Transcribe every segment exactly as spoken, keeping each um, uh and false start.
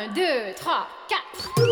un, deux, trois, quatre。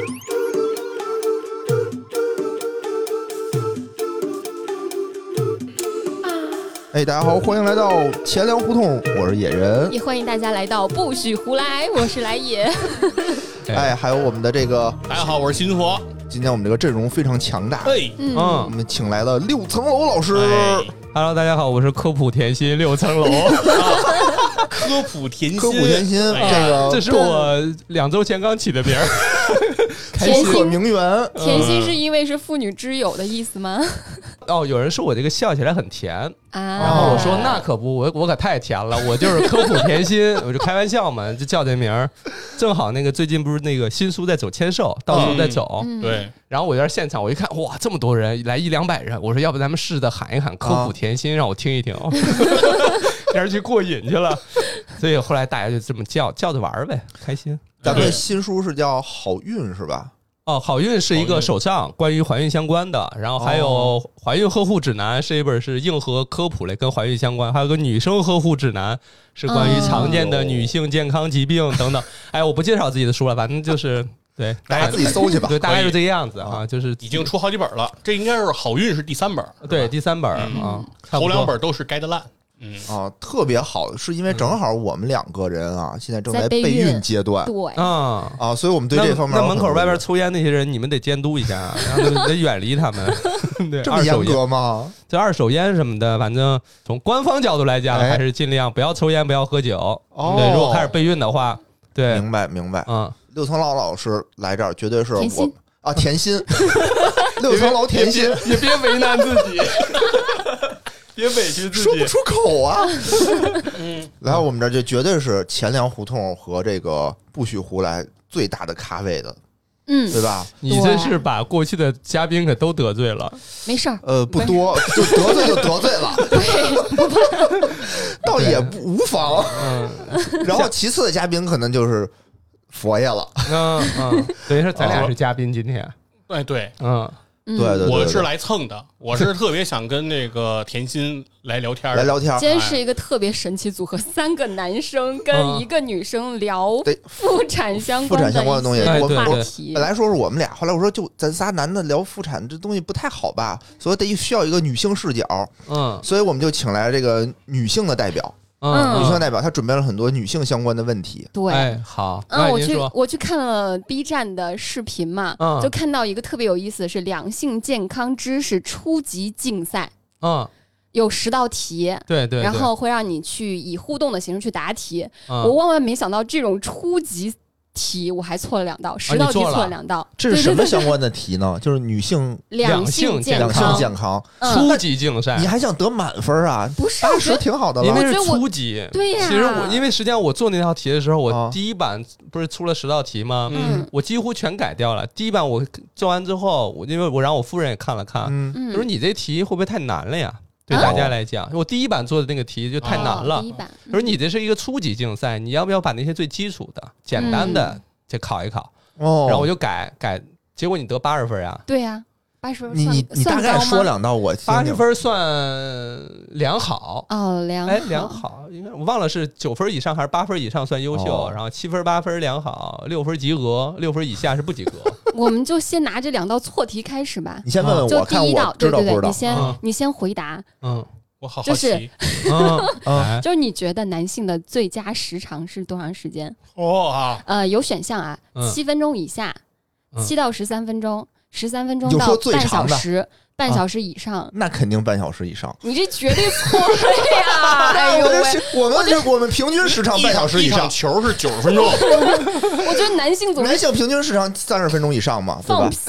哎，大家好，欢迎来到钱粮胡同，我是野人， 也欢迎大家来到不许胡来，我是来也。 哎，还有我们的这个， 大家好，我是新佛。 今天我们这个阵容非常强大， 哎， 嗯， 我们请来了六层楼老师。 哎 Hello， 大家好，我是科普甜心六层楼。 科普甜心， 科普甜心， 哎这个这是我两周前刚起的名儿。 不可名媛。 甜心是因为是妇女之友的意思吗？ 哦，有人说我这个笑起来很甜， 啊， 然后我说那可不，我我可太甜了，我就是科普甜心，我就开玩笑嘛，就叫这名儿。正好那个最近不是那个新书在走签售，到处在走， 嗯对。 然后我在现场，我一看，哇，这么多人，来一两百人，我说要不咱们试着喊一喊科普甜心，让我听一听，让人去过瘾去了。所以后来大家就这么叫叫着玩呗，开心。 咱们新书是叫《好运》是吧？ 哦，好运是一个手账，关于怀孕相关的，然后还有怀孕呵护指南是一本是硬核科普类，跟怀孕相关，还有个女生呵护指南是关于常见的女性健康疾病等等。哎，我不介绍自己的书了，反正就是对大家自己搜去吧。 对，大概是这个样子啊，就是已经出好几本了，这应该是好运是第三本， 对第三本嗯啊， 头两本都是该的烂。嗯啊，特别好，是因为正好我们两个人啊，现在正在在备备孕孕阶段对， 啊。 啊，所以我们对这方面那那门口外边抽烟那些人，你们得监督一下，然后得远离他们。对， 这么严格吗？ 这二手烟什么的，反正从官方角度来讲， 哎还是尽量不要抽烟，不要喝酒。 哦对，如果开始备孕的话，对， 明白明白。 嗯， 六层楼老师来这儿绝对是我甜心啊，甜心，六层楼甜心， 也别为难自己，别委屈自己。 说不出口啊。 嗯， 来，我们这就绝对是钱粮胡同和这个不许胡来最大的咖位的， 嗯， 对吧？ 你这是把过去的嘉宾可都得罪了。 没事儿， 呃，不多，就得罪就得罪了，倒也不无妨。 嗯然后其次的嘉宾可能就是佛爷了。 嗯嗯，等于说咱俩是嘉宾今天。 哎对， 嗯， 嗯对对对， 我是来蹭的，我是特别想跟那个甜心来聊天， 来聊天。 今天是一个特别神奇组合，三个男生跟一个女生聊对妇产相关妇产相关的东西一些哎对对话题本。来说是我们俩，后来我说就咱仨男的聊妇产这东西不太好吧，所以得需要一个女性视角， 嗯所以我们就请来这个女性的代表， 嗯女性代表她准备了很多女性相关的问题。 对， 哎，好， 嗯，我去那您说， 我去看了 B 站的视频嘛， 嗯就看到一个特别有意思的是两性健康知识初级竞赛， 嗯， 有十道题， 对对，对然后会让你去以互动的形式去答题。 嗯我万万没想到这种初级题我还错了两道，十道题做了错了两道。 这是什么对对对相关的题呢？就是女性两性健两性康， 健康， 嗯初级竞赛你。还想得满分啊？ 不是八我觉得十挺好的了。 因为是我觉得我初级， 对呀其实我因为实际上我做那套题的时候， 啊我第一版不是出了十道题吗？ 嗯我几乎全改掉了。第一版我做完之后，我因为我让我夫人也看了看， 嗯， 嗯就说你这题会不会太难了呀？对啊大家来讲，我第一版做的那个题就太难了哦第。一版， 他说你这是一个初级竞赛，你要不要把那些最基础的、简单的再考一考？ 哦， 然后我就改改，结果你得八十分呀。 对呀，八十分你你你大概说两道我听听。 八十分算良好， 哦，良哎，良好，应该我忘了是九分以上还是八分以上算优秀， 哦然后七分八分良好，六分及格，六分以下是不及格。 我们就先拿这两道错题开始吧。 你先问问就我，看第一道我，知道不知道对对对，你？先嗯你先回答， 嗯我好好就是奇嗯， 嗯哎就是你觉得男性的最佳时长是多长时间？ 哦啊， 呃，有选项啊， 嗯七分钟以下， 嗯七到十三分钟，十三分钟到你就说最半长的小时，半小时以上。 那肯定半小时以上。 你这绝对错了呀！哎呦喂， 我这是我们这我们平均时长半小时以上一场，球是九十分钟， 我觉得男性总是男性平均时长三十分钟以上嘛，对吧？ 放屁。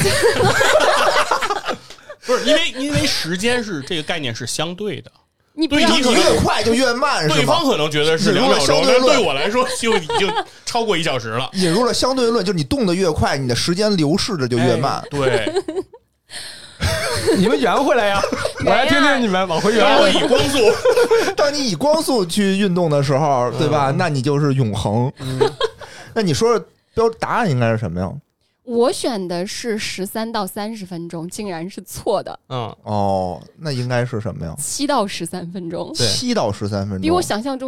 不是因为因为时间是这个概念是相对的， 你不要对你可能越快就越慢，是吧对方？可能觉得是两秒钟，但对我来说就已经超过一小时了。 引入了相对论，就是你动得越快，你的时间流逝的就越慢哎。对， 你们圆回来呀，我来听听你们往回圆当我回以光速， 当你以光速去运动的时候，对吧？那你就是永恒。那你说说标答案应该是什么呀？ 我选的是十三到三十分钟，竟然是错的， 嗯， 哦，那应该是什么呀？ 七到十三分钟， 对七到十三分钟， 比我想象中要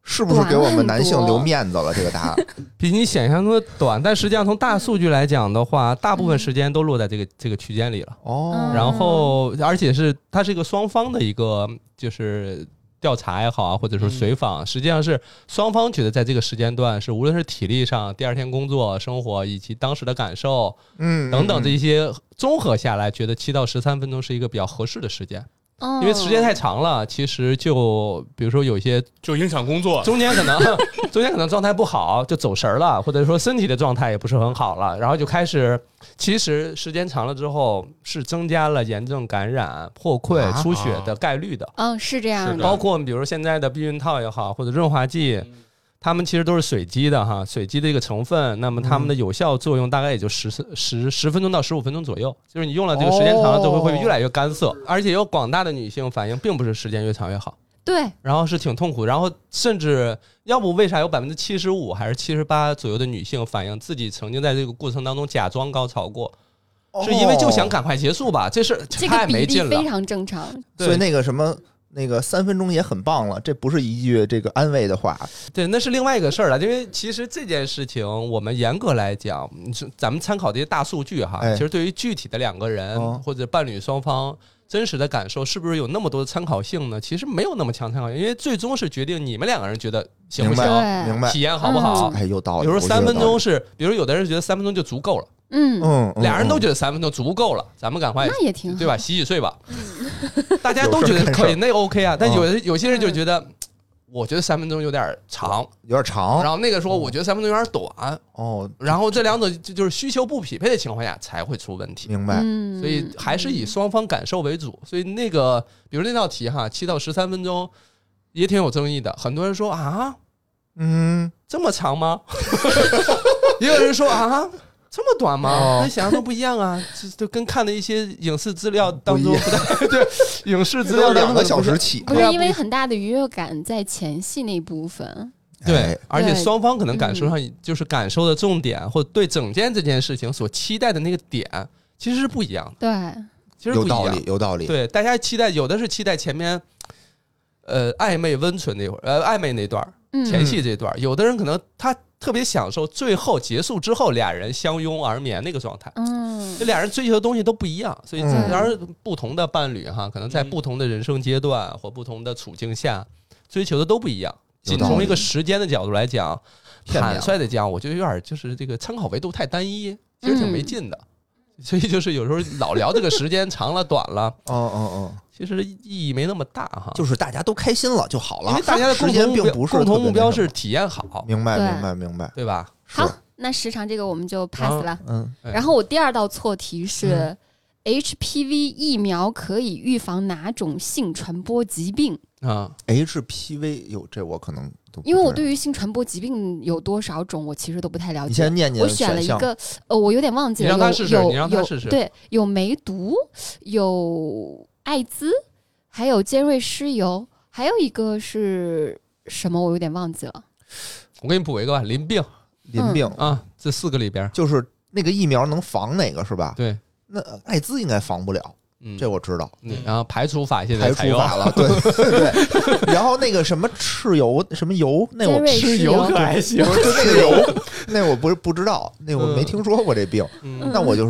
是不是给我们男性留面子了？这个答案比你想象中的短，但实际上从大数据来讲的话，大部分时间都落在这个这个区间里了。 哦， 然后而且是它是一个双方的一个就是调查也好啊，或者说随访，实际上是双方觉得在这个时间段是无论是体力上、第二天工作、生活以及当时的感受， 嗯等等这些综合下来，觉得七到十三分钟是一个比较合适的时间。 哦因为时间太长了，其实就比如说有一些就影响工作， 中间可能中间可能状态不好，就走神儿了，或者说身体的状态也不是很好了，然后就开始，其实时间长了之后是增加了炎症感染、破溃、 啊出血的概率的。 嗯，是这样的， 是的包括比如现在的避孕套也好，或者润滑剂，它们其实都是水基的哈，水基的一个成分，那么它们的有效作用大概也就十十十分钟到十五分钟左右，就是你用了这个时间长了之后会越来越干涩，而且有广大的女性反映并不是时间越长越好。 对， 然后是挺痛苦，然后甚至要不为啥有百分之七十五还是七十八左右的女性反映自己曾经在这个过程当中假装高潮过，是因为就想赶快结束吧，这事这个比太没劲了。 例非常正常。 对所以那个什么。那个三分钟也很棒了，这不是一句这个安慰的话。 对，那是另外一个事儿了。因为其实这件事情，我们严格来讲，咱们参考这些大数据哈， 哎、 其实对于具体的两个人、哦、或者伴侣双方真实的感受，是不是有那么多的参考性呢？其实没有那么强参考性，因为最终是决定你们两个人觉得行不行， 明白， 体验好不好。 哎，有道理。 比如三分钟是，比如有的人觉得三分钟就足够了。 嗯嗯， 俩人都觉得三分钟足够了，咱们赶快那也挺好， 对吧？洗洗睡吧，大家都觉得可以，那 OK 啊。但有的有些人就觉得，我觉得三分钟有点长， 有点长。 然后那个说，我觉得三分钟有点短哦。 然后这两者就是需求不匹配的情况下才会出问题。 明白。 所以还是以双方感受为主。所以那个，比如那道题哈，七到十三分钟也挺有争议的。很多人说啊， 嗯， 这么长吗？也有人说啊。这么短吗？ 哦、 跟想象中不一样啊，就跟看的一些影视资料当中不太对，影视资料两个小时起， 不是因为很大的愉悦感在前戏那部分。 对，而且双方可能感受上就是感受的重点，或对整件这件事情所期待的那个点，其实是不一样的。 对， 其实不一样， 有道理，有道理。 对，大家期待有的是期待前面，呃，暧昧温存那会儿，呃，暧昧那段前戏这段，有的人可能他。特别享受最后结束之后俩人相拥而眠那个状态，嗯，这俩人追求的东西都不一样，所以当然不同的伴侣哈，可能在不同的人生阶段或不同的处境下追求的都不一样。仅从一个时间的角度来讲，坦率的讲，我觉得有点就是这个参考维度太单一，其实挺没劲的。所以就是有时候老聊这个时间长了短了， 哦哦哦。 其实意义没那么大哈， 就是大家都开心了就好了， 因为大家的共同目标共同目标是体验好， 明白明白明白， 对吧？ 好，那时长这个我们就 pass 了。 嗯， 然后我第二道错题是、嗯、H P V 疫苗可以预防哪种性传播疾病啊 ？H P V 有这我可能都因为我对于性传播疾病有多少种，我其实都不太了解。 你先念念， 我选了一个，呃，我有点忘记了。 你让他试试， 有你让他试试。 对，有梅毒，有艾滋。还有尖锐湿疣，还有一个是什么？我有点忘记了。 我给你补一个吧，淋病。 淋病、 嗯、啊，这四个里边就是那个疫苗能防哪个是吧？ 对， 那艾滋应该防不了，嗯、这我知道。 嗯，然后排除法现在排除法了，对对。然后那个什么赤油什么油，那我吃油可还行， 就那个油，那我不是不知道，那我没听说过这病。 嗯、 那我就是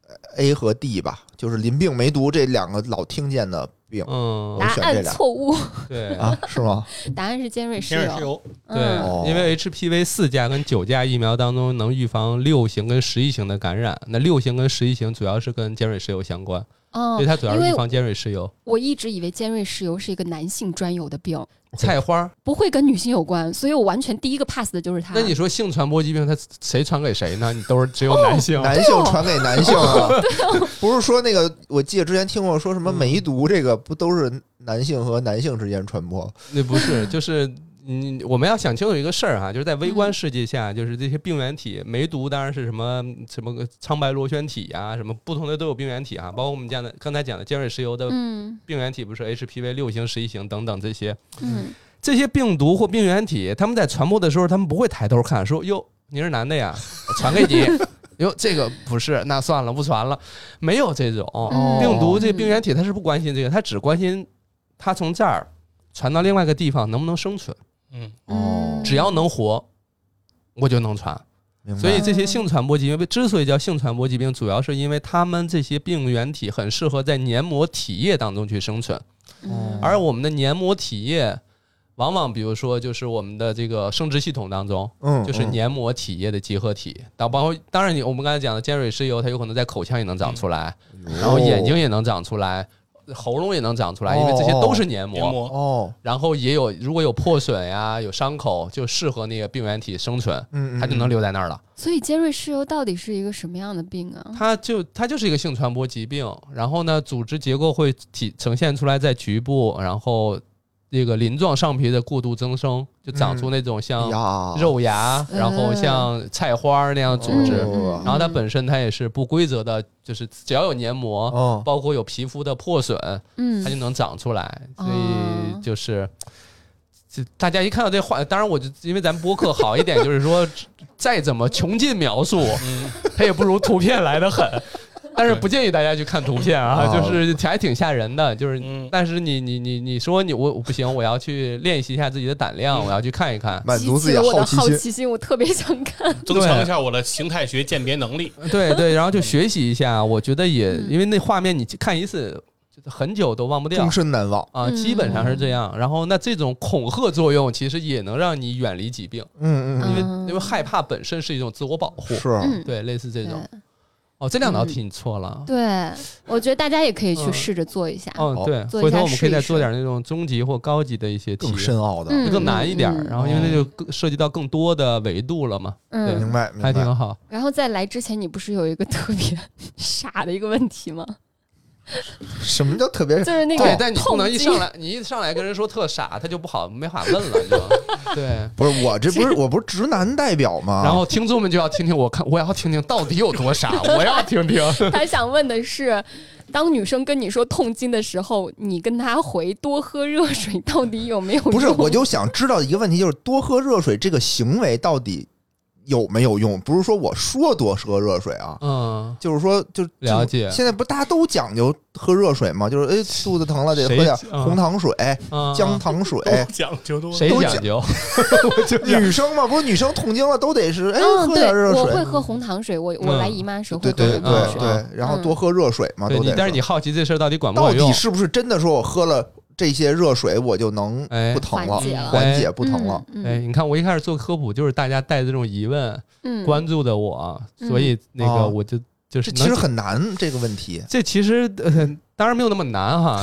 A 和 D 吧，就是淋病、梅毒这两个老听见的。病， 嗯， 答案错误， 对啊，是吗？ 答案是尖锐湿疣， 对，嗯、因为 H P V 四价跟九价疫苗当中能预防六型跟十一型的感染，那六型跟十一型主要是跟尖锐湿疣相关， 哦， 所以它主要是预防尖锐湿疣。 我一直以为尖锐湿疣是一个男性专有的病， 菜花不会跟女性有关，所以我完全第一个 pass 的就是它。 那你说性传播疾病，它谁传给谁呢？你都是只有男性， 哦、男性传给男性啊？不是说那个，我记得之前听过说什么梅毒，这个不都是男性和男性之间传播？ 那不是，就是嗯，我们要想清楚一个事儿哈，就是在微观世界下，就是这些病原体，梅毒当然是什么什么苍白螺旋体呀、啊，什么不同的都有病原体啊，包括我们讲的刚才讲的尖锐湿疣的病原体，不是 H P V 六型、十一型等等这些， 嗯， 这些病毒或病原体，他们在传播的时候，他们不会抬头看，说哟，你是男的呀，我传给你。哟，这个不是，那算了，不传了。没有这种、 哦、 病毒，这病原体它是不关心这个，它只关心它从这儿传到另外一个地方能不能生存。 嗯哦只要能活，我就能传。 明白所以这些性传播疾病之所以叫性传播疾病，主要是因为它们这些病原体很适合在黏膜体液当中去生存， 嗯而我们的黏膜体液往往比如说就是我们的这个生殖系统当中， 嗯就是黏膜体液的结合体，当包括当然你我们刚才讲的尖锐湿疣，它有可能在口腔也能长出来，然后眼睛也能长出来，喉咙也能长出来，因为这些都是黏膜。 黏膜哦， 然后也有如果有破损呀、有伤口，就适合那个病原体生存， 嗯， 它就能留在那儿了。 所以尖锐湿疣到底是一个什么样的病啊？ 它就它就是一个性传播疾病，然后呢，组织结构会体呈现出来在局部，然后这个鳞状上皮的过度增生，就长出那种像呀肉芽， 嗯然后像菜花那样组织。 嗯嗯然后它本身它也是不规则的，就是只要有黏膜， 哦包括有皮肤的破损， 嗯它就能长出来。所哦以就是，就大家一看到这画，当然我就因为咱们播客好一点，就是说再怎么穷尽描述， 嗯它也不如图片来的狠。但是不建议大家去看图片啊， 哦就是还挺吓人的。就是， 嗯但是你你你你说你我我不行，我要去练习一下自己的胆量，我要去看一看。 满足自己激起了我的奇心。 好奇心，我特别想看。 增强一下我的形态学鉴别能力。 对对，然后就学习一下，我觉得也嗯因为那画面你看一次，很久都忘不掉终。身难忘。 啊， 嗯基本上是这样。然后，那这种恐吓作用其实也能让你远离疾病， 嗯嗯因为嗯因为害怕本身是一种自我保护。 是嗯， 对，类似这种。 对哦，这两道题你错了。 对，我觉得大家也可以去嗯试着做一下。 哦，对， 做一下回头我们可以再试一试做点那种中级或高级的一些题更，深奥的， 嗯就更难一点。 嗯然后，因为那就更涉及到更多的维度了嘛， 嗯， 明白明白。 还挺好。 然后在来之前，你不是有一个特别傻的一个问题吗？ 什么叫特别？ 就是那个对，但你不能一痛经上来，你一上来跟人说特傻，他就不好，没法问了，你知道吗？对。 不是我这不是我不是直男代表吗？ 然后听众们就要听听我看，我要听听到底有多傻，我要听听。 他想问的是，当女生跟你说痛经的时候，你跟她回多喝热水到底有没有用？ 不是，我就想知道一个问题，就是多喝热水这个行为到底有没有用？不是说我说多喝热水啊， 嗯， 就是说就了解现在不大家都讲究喝热水吗？就是哎肚子疼了得喝谁点嗯红糖水、 嗯姜糖水。 都讲究多。 谁都讲究？ 女生嘛，不是女生痛经了都得是哎嗯， 喝对点热，水。 我会喝红糖水，我我嗯来姨妈时候会对对喝红糖水。 对对，然后多喝热水嘛，都得。 对你，但是你好奇这事儿到底管不到管用底？是不是真的说我喝了这些热水我就能哎不疼了， 缓解了缓解不疼了？ 嗯哎，你看我一开始做科普，就是大家带着这种疑问嗯， 关注的我， 嗯所以那哦个我就就是能这其实很难这个问题。 这其实呃，当然没有那么难哈。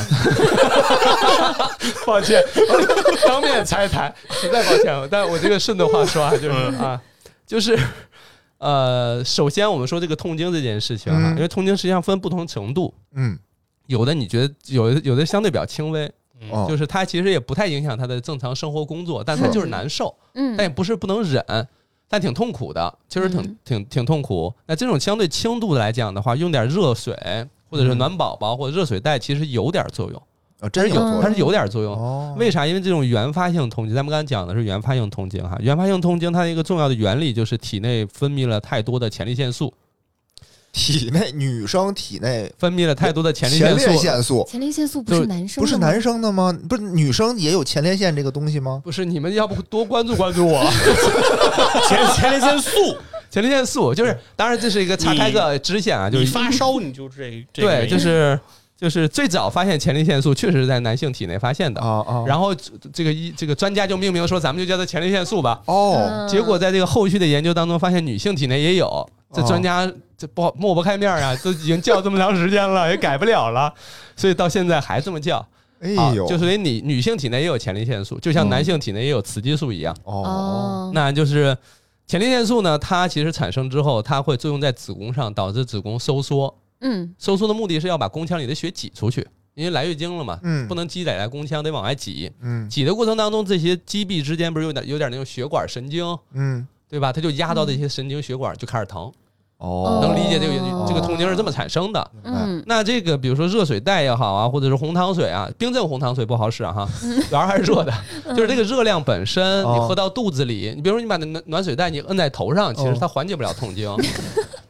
抱歉，当面拆台，实在抱歉。但我这个顺着话说啊，就是啊，就是呃，首先我们说这个痛经这件事情哈， 嗯因为痛经实际上分不同程度， 嗯， 有的你觉得有的有的相对比较轻微， 哦， 就是它其实也不太影响他的正常生活工作，但它就是难受， 嗯， 但也不是不能忍。但挺痛苦的，其实挺嗯挺挺痛苦。那这种相对轻度的来讲的话，用点热水或者是嗯暖宝宝或者热水袋，其实有点作用， 哦真有嗯作用它是有点作用。 哦， 为啥？因为这种原发性痛经，咱们刚才讲的是原发性痛经哈。原发性痛经它的一个重要的原理就是体内分泌了太多的前列腺素， 体内女生体内分泌了太多的前列前腺素。 列腺素前列腺素不就是男生不是的吗男生的吗？不是女生也有前列腺这个东西吗？ 不是你们要不多关注关注我？ 前前列腺素， 前列腺素就是，当然这是一个岔开个支线啊，就你是发烧你就这这个原对， 因就是就是最早发现前列腺素确实是在男性体内发现的。 啊啊， 然后这个一这个专家就命名说，咱们就叫它前列腺素吧。 哦， 嗯结果在这个后续的研究当中，发现女性体内也有。这专家这不好抹不开面啊，都已经叫这么长时间了，也改不了了，所以到现在还这么叫。 哎啊， 呦， 就是因为你女性体内也有前列腺素，就像男性体内也有雌激素一样。 哦， 哦， 那就是前列腺素呢，它其实产生之后，它会作用在子宫上，导致子宫收缩。 嗯收缩的目的是要把宫腔里的血挤出去，因为来月经了嘛， 嗯不能积累在宫腔，得往外挤。 嗯挤的过程当中，这些肌壁之间不是有点有点那种血管神经， 嗯， 对吧？它就压到这些神经血管，就开始疼。 哦， 能理解这个哦这个痛经是这么产生的。 明白嗯那这个比如说热水袋也好啊，或者是红糖水啊，冰镇红糖水不好使啊哈，主要还是热的，就是这个热量本身， 哦你喝到肚子里，你比如说你把那暖暖水袋你摁在头上，其实它缓解不了痛经，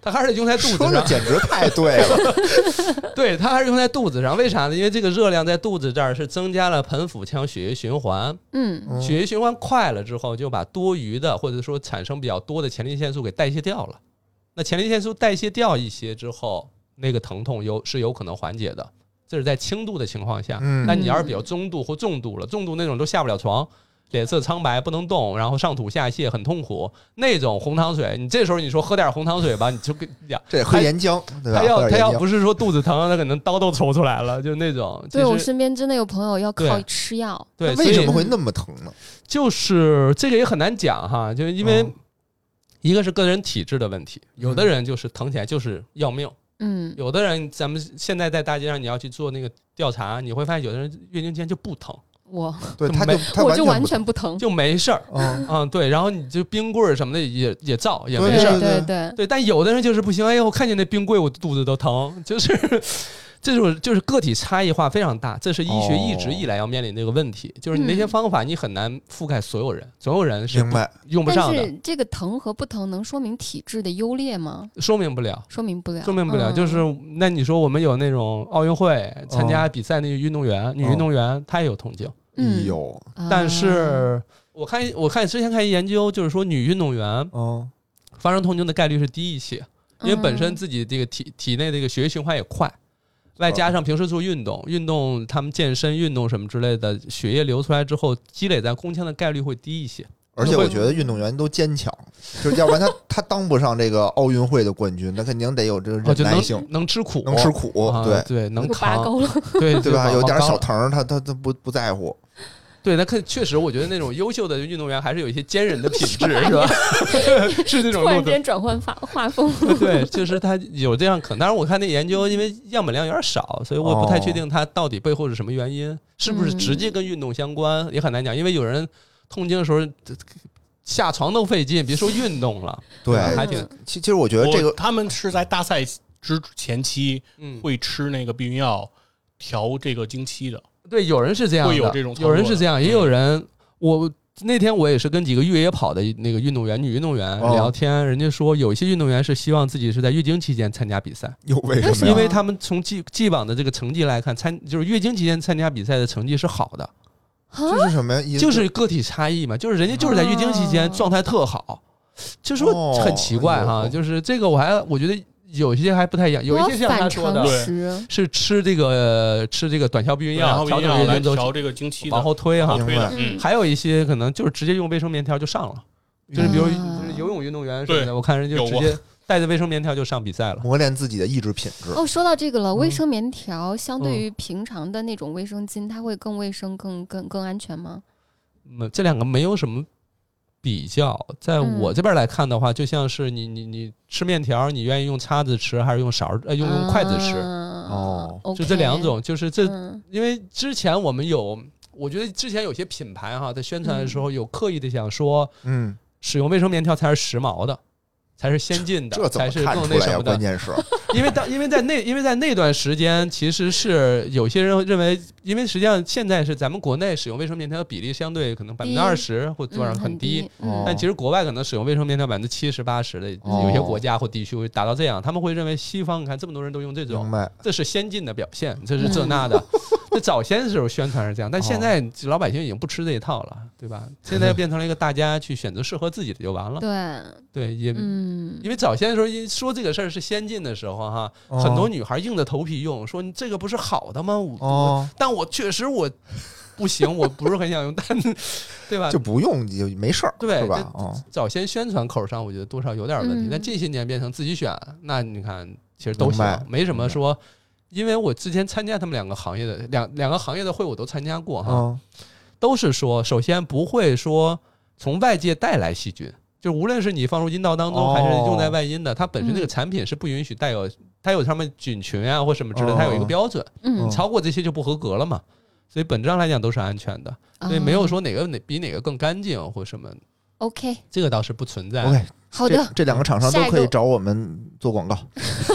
它还是用在肚子上， 说的简直太对了。 对，它还是用在肚子上，为啥呢？因为这个热量在肚子这儿是增加了盆腹腔血液循环， 嗯， 血液循环快了之后，就把多余的或者说产生比较多的前列腺素给代谢掉了。那前列腺素代谢掉一些之后，那个疼痛有是有可能缓解的，这是在轻度的情况下。 嗯， 那你要是比较中度或重度了，重度那种都下不了床，脸色苍白不能动，然后上吐下泻很痛苦，那种红糖水，你这时候你说喝点红糖水吧，你就跟呀， 这喝岩浆，对吧？ 他要他要不不是说肚子疼，他可能刀都抽出来了，就那种。 对我身边真的有朋友要靠吃药， 对， 为什么会那么疼呢？ 就是这个也很难讲哈，就是因为一个是个人体质的问题，有的人就是疼起来就是要命， 嗯， 有的人咱们现在在大街上你要去做那个调查，你会发现有的人月经期间就不疼。 我对他就他我就完全不疼， 就没事儿， 嗯嗯，对，然后你就冰棍什么的也也造也没事儿，对对对对，但有的人就是不行，哎呦，我看见那冰棍我肚子都疼，就是这种就是个体差异化非常大，这是医学一直以来要面临的一个问题，就是你那些方法你很难覆盖所有人，所有人是用不上的。 但是这个疼和不疼能说明体质的优劣吗？ 说明不了， 说明不了， 说明不了。 嗯、 就是那你说我们有那种奥运会参加比赛那个运动员，女运动员她也有痛经。 嗯， 有， 但是我看我看之前看一研究，就是说女运动员， 嗯， 发生痛经的概率是低一些，因为本身自己这个体体内这个血液循环也快，外加上平时做运动，运动他们健身运动什么之类的，血液流出来之后积累在宫腔的概率会低一些。 而且我觉得运动员都坚强，就是要不然他他当不上这个奥运会的冠军，那肯定得有这个忍耐性， 哦、能, 能吃苦， 能吃苦， 啊、 对对，能扛， 对对吧？有点小疼，他他他不不在乎。 对，那可确实，我觉得那种优秀的运动员还是有一些坚韧的品质，是吧？是那种突然间转换画画风。 对，就是他有这样可能。当然，我看那研究，因为样本量有点少，所以我不太确定他到底背后是什么原因，哦、是不是直接跟运动相关，嗯、也很难讲。因为有人痛经的时候下床都费劲，别说运动了。 对， 还挺。 其实我觉得这个他们是在大赛之前期会吃那个避孕药调这个经期的。 对，有人是这样的， 会有这种， 有人是这样，也有人。嗯、我那天我也是跟几个越野跑的那个运动员，女运动员聊天，哦、人家说有一些运动员是希望自己是在月经期间参加比赛。 有为什么？ 因为他们从既既往的这个成绩来看，参就是月经期间参加比赛的成绩是好的。 这是什么呀？ 就是个体差异嘛，就是人家就是在月经期间状态特好，就说很奇怪哈。就是这个我还我觉得。有一些还不太一样，有一些像他说的，是吃这个吃这个短效避孕药，调整月经周期， 调这个经期往后推哈。 推的， 嗯，还有一些可能就是直接用卫生棉条就上了，就是比如就是游泳运动员什么的，我看人就直接带着卫生棉条就上比赛了， 磨练自己的意志品质。 哦，说到这个了，卫生棉条相对于平常的那种卫生巾，它会更卫生、更更更安全吗？ 嗯，这两个没有什么。比较，在我这边来看的话，就像是你你你吃面条，你愿意用叉子吃还是用勺呃用用筷子吃？ 哦， 就这两种，就是这，因为之前我们有，我觉得之前有些品牌哈，在宣传的时候有刻意的想说，嗯，使用卫生棉条才是时髦的，才是先进的，才是更那什么的。 关键是， 因为当因为在那因为在那段时间，其实是有些人认为，因为实际上现在是咱们国内使用卫生棉条的比例相对可能百分之二十或多少很低， 嗯、 但其实国外可能使用卫生棉条百分之七十八十的，有些国家或地区会达到这样，他们会认为西方你看这么多人都用这种，这是先进的表现，这是这那的。这早先的时候宣传是这样，但现在老百姓已经不吃这一套了，对吧？现在变成了一个大家去选择适合自己的就完了。 对对，也、 嗯、 因为早先的时候说这个事儿是先进的时候哈，哦、很多女孩硬着头皮用，说这个不是好的吗？哦，但我确实我不行，我不是很想用，但对吧？ 就不用就没事儿， 对是吧？哦， 早先宣传口上我觉得多少有点问题，嗯、但这些年变成自己选，那你看其实都行，没什么说。因为我之前参加他们两个行业的两两个行业的会，我都参加过哈，哦、都是说，首先不会说从外界带来细菌，就无论是你放入阴道当中，还是用在外阴的，哦、它本身这个产品是不允许带有它有上面菌群啊或什么之类的，它有一个标准，嗯，超过这些就不合格了嘛。所以本质上来讲都是安全的，所以没有说哪个哪比哪个更干净或什么。 OK， 这个倒是不存在。 OK， 好的， 这两个厂商都可以找我们做广告。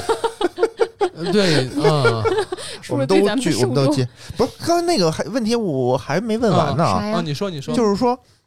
对，嗯， 我们都拒，我们都接。不是，刚才那个还问题我还没问完呢。 啊， 你说，你说， 就是说，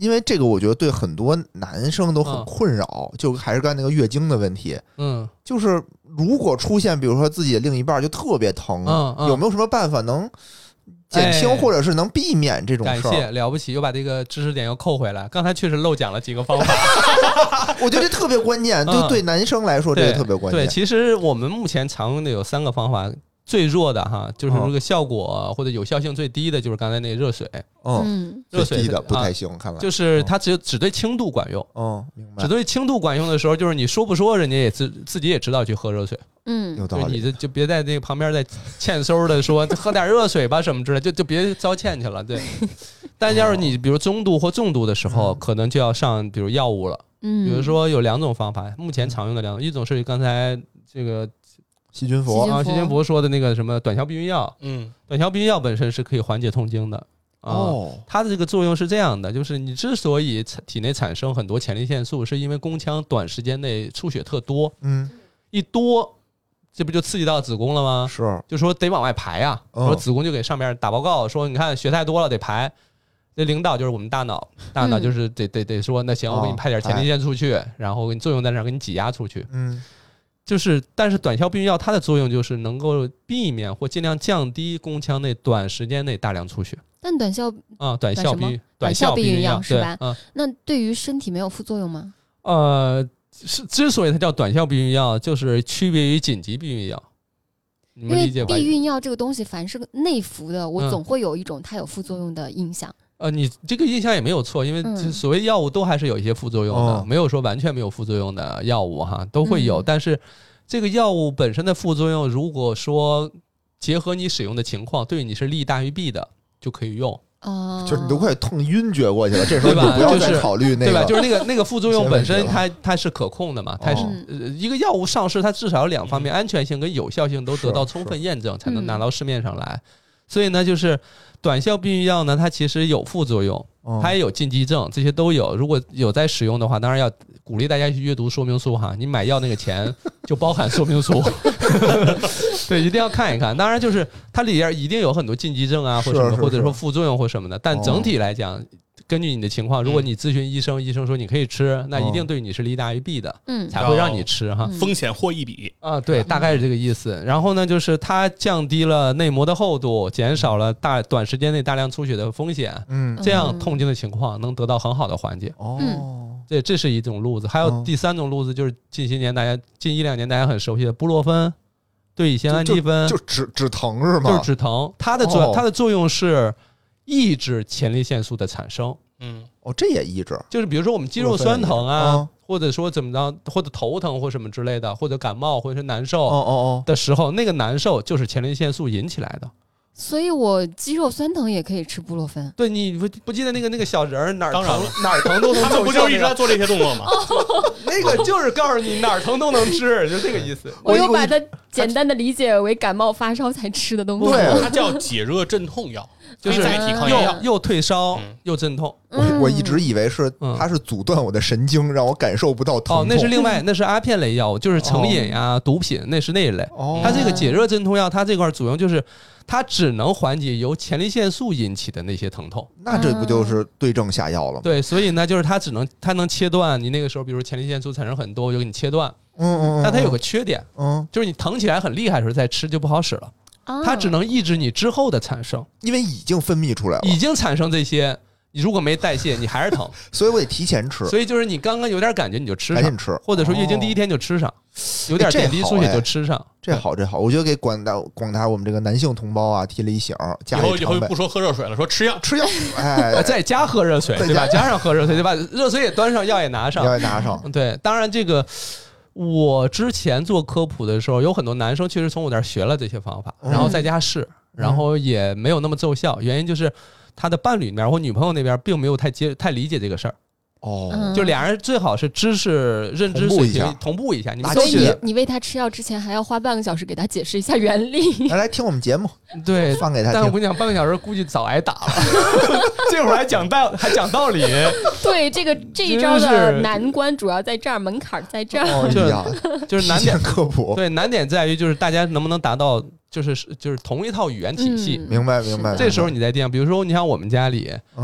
因为这个我觉得对很多男生都很困扰，嗯、就还是刚才那个月经的问题。 嗯， 就是如果出现比如说自己的另一半就特别疼， 嗯嗯、 有没有什么办法能减轻或者是能避免这种事儿？ 感谢，了不起，又把这个知识点又扣回来。刚才确实漏讲了几个方法， 我觉得这特别关键，对、嗯、对男生来说这个特别关键。 对，其实我们目前常用的有三个方法。最弱的哈，就是这个效果或者有效性最低的，就是刚才那个热水。 嗯，热水的不太行，啊、看来就是它只有只对轻度管用。 哦，明白。 只对轻度管用的时候，就是你说不说，人家也自自己也知道去喝热水。 嗯， 有道理。 你这就别在那个旁边再欠收的说喝点热水吧什么之类，就就别遭欠去了。对。但要是你比如中度或重度的时候，可能就要上比如药物了。 嗯， 比如说有两种方法，目前常用的两种，一种是刚才这个。 细菌佛啊，细菌佛说的那个什么短效避孕药， 嗯， 短效避孕药本身是可以缓解痛经的啊。 哦， 它的这个作用是这样的，就是你之所以体内产生很多前列腺素，是因为宫腔短时间内出血特多， 嗯， 一多，这不就刺激到子宫了吗？ 是， 就说得往外排啊， 嗯、 说子宫就给上面打报告说，你看血太多了得排。这领导就是我们大脑，大脑就是得、嗯、得得说，那行，我给你派点前列腺素去，哦、然后给你作用在那儿，给你挤压出去， 嗯。 就是，但是短效避孕药它的作用就是能够避免或尽量降低宫腔内短时间内大量出血。 但短效啊，短效避短效避孕药是吧？ 嗯， 那对于身体没有副作用吗？ 呃，是之所以它叫短效避孕药，就是区别于紧急避孕药。你们理解吧？ 因为避孕药这个东西，凡是内服的，我总会有一种它有副作用的印象。 嗯呃，你这个印象也没有错，因为所谓药物都还是有一些副作用的， 嗯、 没有说完全没有副作用的药物哈，都会有。嗯、但是这个药物本身的副作用，如果说结合你使用的情况，对你是利大于弊的，就可以用。 哦， 就是你都快痛晕厥过去了，这时候你不要再考虑那个， 对吧？就是那个那个副作用本身它，它它是可控的嘛，它是、呃、一个药物上市，它至少有两方面，安全性跟有效性都得到充分验证，才能拿到市面上来。所以呢，就是短效避孕药呢，它其实有副作用，它也有禁忌症，这些都有。如果有在使用的话，当然要鼓励大家去阅读说明书哈。你买药那个钱就包含说明书，对，一定要看一看。当然，就是它里边一定有很多禁忌症啊，或者什么，或者说副作用或什么的。但整体来讲，根据你的情况，如果你咨询医生，医生说你可以吃，那一定对你是利大于弊的，嗯，才会让你吃哈。 风险获益比啊，对，大概是这个意思。然后呢，就是它降低了内膜的厚度，减少了大短时间内大量出血的风险，嗯，这样痛经的情况能得到很好的缓解。 哦， 这这是一种路子。还有第三种路子，就是近些年大家近一两年大家很熟悉的布洛芬、对乙酰氨基酚， 就止止疼是吗？ 就是止疼，它的作、哦、它的作用是抑制前列腺素的产生。 嗯， 哦，这也抑制， 就是比如说我们肌肉酸疼啊，哦、或者说怎么着，或者头疼或什么之类的，或者感冒或者是难受哦哦哦的时候，那个难受就是前列腺素引起来的。 所以我肌肉酸疼也可以吃布洛芬。 对，你不不记得那个那个小人哪儿疼哪儿疼都能， 他们不就一直在做这些动作吗？ 那个就是告诉你哪儿疼都能吃，就这个意思。 我又把它简单的理解为感冒发烧才吃的东西。 对， 它叫解热镇痛药。 就是又又退烧、嗯、又镇痛。 我我一直以为是它是阻断我的神经，让我感受不到疼痛。 哦，那是另外，那是阿片类药物，就是成瘾呀、哦、毒品，那是那一类。哦，它这个解热镇痛药，它这块主要就是它只能缓解由前列腺素引起的那些疼痛。 那这不就是对症下药了吗？ 对，所以呢，就是它只能它能切断你那个时候，比如前列腺素产生很多，我就给你切断。 嗯嗯。 但它有个缺点， 嗯， 就是你疼起来很厉害的时候再吃就不好使了。它只能抑制你之后的产生， 因为已经分泌出来了， 已经产生这些，你如果没代谢，你还是疼， 所以我得提前吃。 所以就是你刚刚有点感觉你就吃上， 赶紧吃， 或者说月经第一天就吃上，哦、有点点滴出血就吃上。 这好，这好，我觉得给广大广大我们这个男性同胞啊提了一醒，以后以后不说喝热水了，说吃药吃药，哎， 在家喝热水，对吧？加上喝热水，对吧？热水也端上，药也拿上， 药也拿上。 对，当然这个。我之前做科普的时候，有很多男生确实从我那儿学了这些方法，然后在家试，然后也没有那么奏效。原因就是他的伴侣那边或女朋友那边并没有太接太理解这个事儿。 哦， 就俩人最好是知识认知水平同步一下。你们所以你你喂他吃药之前还要花半个小时给他解释一下原理。 来来听我们节目， 对， 放给他听。 但我跟你讲，半个小时估计早挨打了。这会儿还讲道还讲道理。 对，这个这一招的难关主要在这儿，门槛在这儿。 哦呀， 就是难点科普。 对，难点在于就是大家能不能达到就是就是同一套语言体系。 明白明白。 这时候你在电，比如说你像我们家里， 嗯。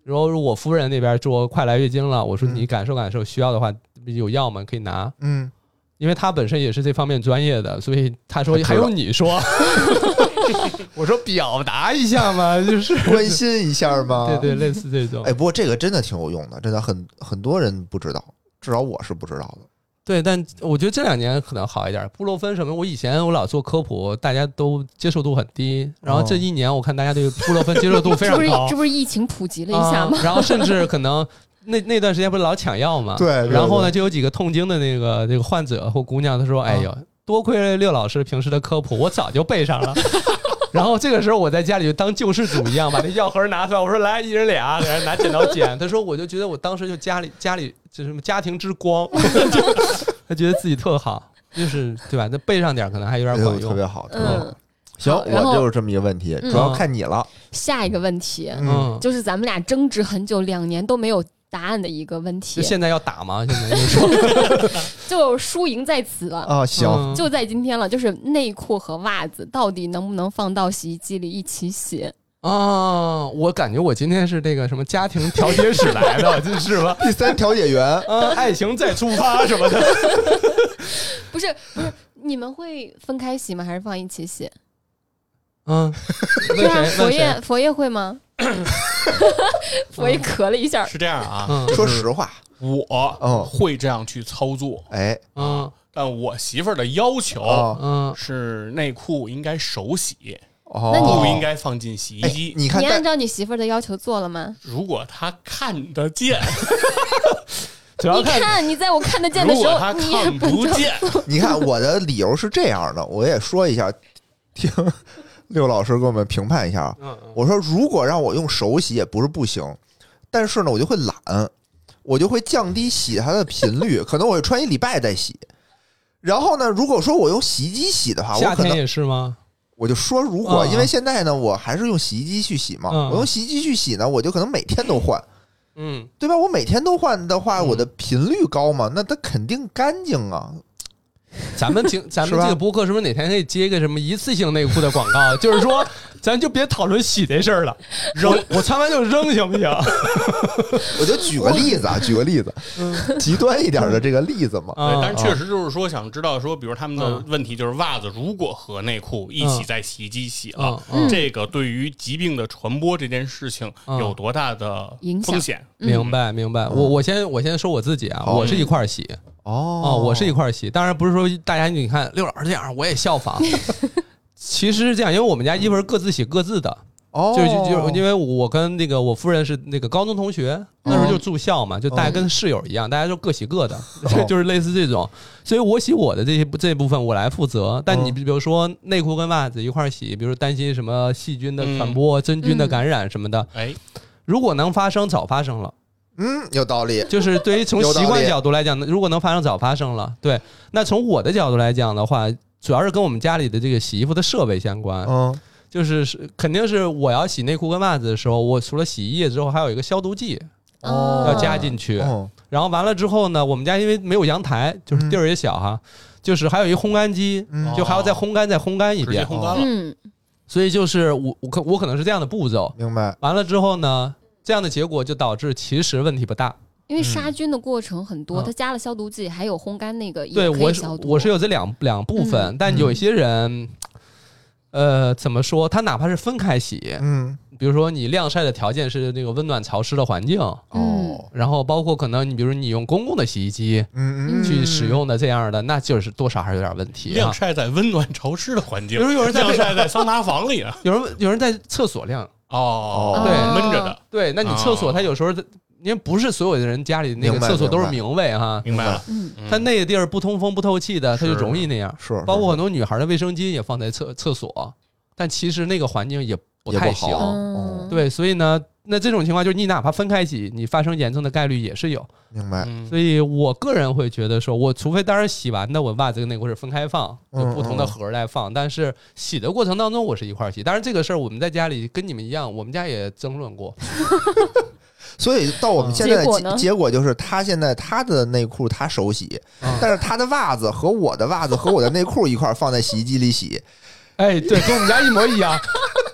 然后我夫人那边说快来月经了，我说你感受感受，需要的话有药吗？可以拿。 嗯， 因为他本身也是这方面专业的，所以他说还用你说？我说表达一下嘛，就是关心一下嘛。 对对，类似这种。 哎，不过这个真的挺有用的，真的很很多人不知道，至少我是不知道的。 对，但我觉得这两年可能好一点。布洛芬什么，我以前我老做科普，大家都接受度很低，然后这一年我看大家对布洛芬接受度非常高。 这不是疫情普及了一下吗？ 啊、然后甚至可能那那段时间不是老抢药嘛？ 对, 对, 对。 然后呢，就有几个痛经的那个这个患者或姑娘，她说：“哎呦，多亏六老师平时的科普，我早就背上了。”然后这个时候我在家里就当救世主一样，把那药盒拿出来，我说来一人俩，给人拿剪刀剪。他说我就觉得我当时就家里家里就是什么家庭之光，他觉得自己特好，就是对吧？那背上点可能还有点管用， 特别好。 嗯， 行，我就是这么一个问题，主要看你了。 下一个问题， 嗯， 就是咱们俩争执很久，两年都没有答案的一个问题。 就现在要打吗？现在就说， 就输赢在此了啊！行、嗯， 就在今天了。就是内裤和袜子到底能不能放到洗衣机里一起洗？ 啊，我感觉我今天是这个什么家庭调解室来的，这是吧？ 第三调解员， 啊，爱情再出发什么的。 不是不是，你们会分开洗吗？还是放一起洗？ 嗯， 对啊，佛爷佛爷会吗？佛爷咳了一下。 是这样啊， 嗯、 说实话， 我会这样去操作。 哎， 嗯， 但我媳妇儿的要求，嗯，是内裤应该手洗。 哦， 那你不应该放进洗衣机。 哎、你看， 你按照你媳妇儿的要求做了吗？ 如果她看得见， 主要看你看你在我看得见的时候， 你也不见。 你看我的理由是这样的，我也说一下，听六老师给我们评判一下。 嗯嗯我说，如果让我用手洗也不是不行，但是呢，我就会懒，我就会降低洗它的频率，可能我会穿一礼拜再洗。然后呢，如果说我用洗衣机洗的话， 夏天我可能也是吗？ 我就说，如果因为现在呢，我还是用洗衣机去洗嘛， 嗯、 我用洗衣机去洗呢，我就可能每天都换， 嗯， 对吧？我每天都换的话，我的频率高嘛，那它肯定干净啊。 咱们听咱们这个播客是不是哪天可以接一个什么一次性内裤的广告？就是说，咱就别讨论洗这事儿了，扔我穿完就扔行不行？ 我就举个例子啊，举个例子，嗯、极端一点的这个例子嘛。 嗯、但是确实就是说，想知道说，比如他们的问题就是袜子如果和内裤一起在洗衣机洗了， 嗯、 这个对于疾病的传播这件事情有多大的风险？ 嗯、明白明白。我我先我先说我自己啊，我是一块儿洗。 哦哦，我是一块洗，当然不是说大家你看六老师这样我也效仿，其实是这样，因为我们家衣服是各自洗各自的， 哦， 就就因为我跟那个我夫人是那个高中同学，那时候就住校嘛，就大家跟室友一样，大家就各洗各的， 哦、 就是类似这种，所以我洗我的这些这部分我来负责，但你比如说内裤跟袜子一块洗，比如担心什么细菌的传播、嗯、真菌的感染什么的， 哎、嗯， 如果能发生，早发生了。 嗯，有道理。 就是对于从习惯角度来讲，如果能发生，早发生了。对，那从我的角度来讲的话，主要是跟我们家里的这个洗衣服的设备相关。 嗯， 就是肯定是我要洗内裤跟袜子的时候，我除了洗衣液之后，还有一个消毒剂， 哦， 要加进去。 哦， 然后完了之后呢，我们家因为没有阳台，就是地儿也小哈，嗯、就是还有一烘干机，嗯、就还要再烘干再烘干一遍， 直接烘干了。 嗯， 所以就是我我可我可能是这样的步骤。 明白。 完了之后呢？这样的结果就导致其实问题不大， 因为杀菌的过程很多，嗯、它加了消毒剂，还有烘干那个也对， 可以消毒。 我是我是有这两两部分，嗯、但有些人，呃，怎么说？他哪怕是分开洗， 嗯， 比如说你晾晒的条件是那个温暖潮湿的环境， 哦， 然后包括可能你比如你用公共的洗衣机， 嗯嗯， 去使用的这样的，那就是多少还是有点问题、啊。 晾晒在温暖潮湿的环境， 比如有人在晾晒在桑拿房里啊， 有人有人在厕所晾。 哦， 对， 闷着的。 对，那你厕所它有时候，因为不是所有的人家里那个厕所都是明卫哈， 明白了。 嗯， 它那个地儿不通风不透气的，它就容易那样。 是， 包括很多女孩的卫生巾也放在厕厕所，但其实那个环境也不太行。 嗯、 对，所以呢，那这种情况就是你哪怕分开洗，你发生严重的概率也是有。 明白。 所以我个人会觉得说，我除非当然洗完的我袜子跟内裤是分开放，有不同的盒来放，嗯嗯，但是洗的过程当中我是一块洗。当然这个事儿我们在家里跟你们一样，我们家也争论过。 所以到我们现在的结果呢？ 结果就是他现在他的内裤他手洗，嗯、但是他的袜子和我的袜子和我的内裤一块放在洗衣机里洗。 哎，对，跟我们家一模一样。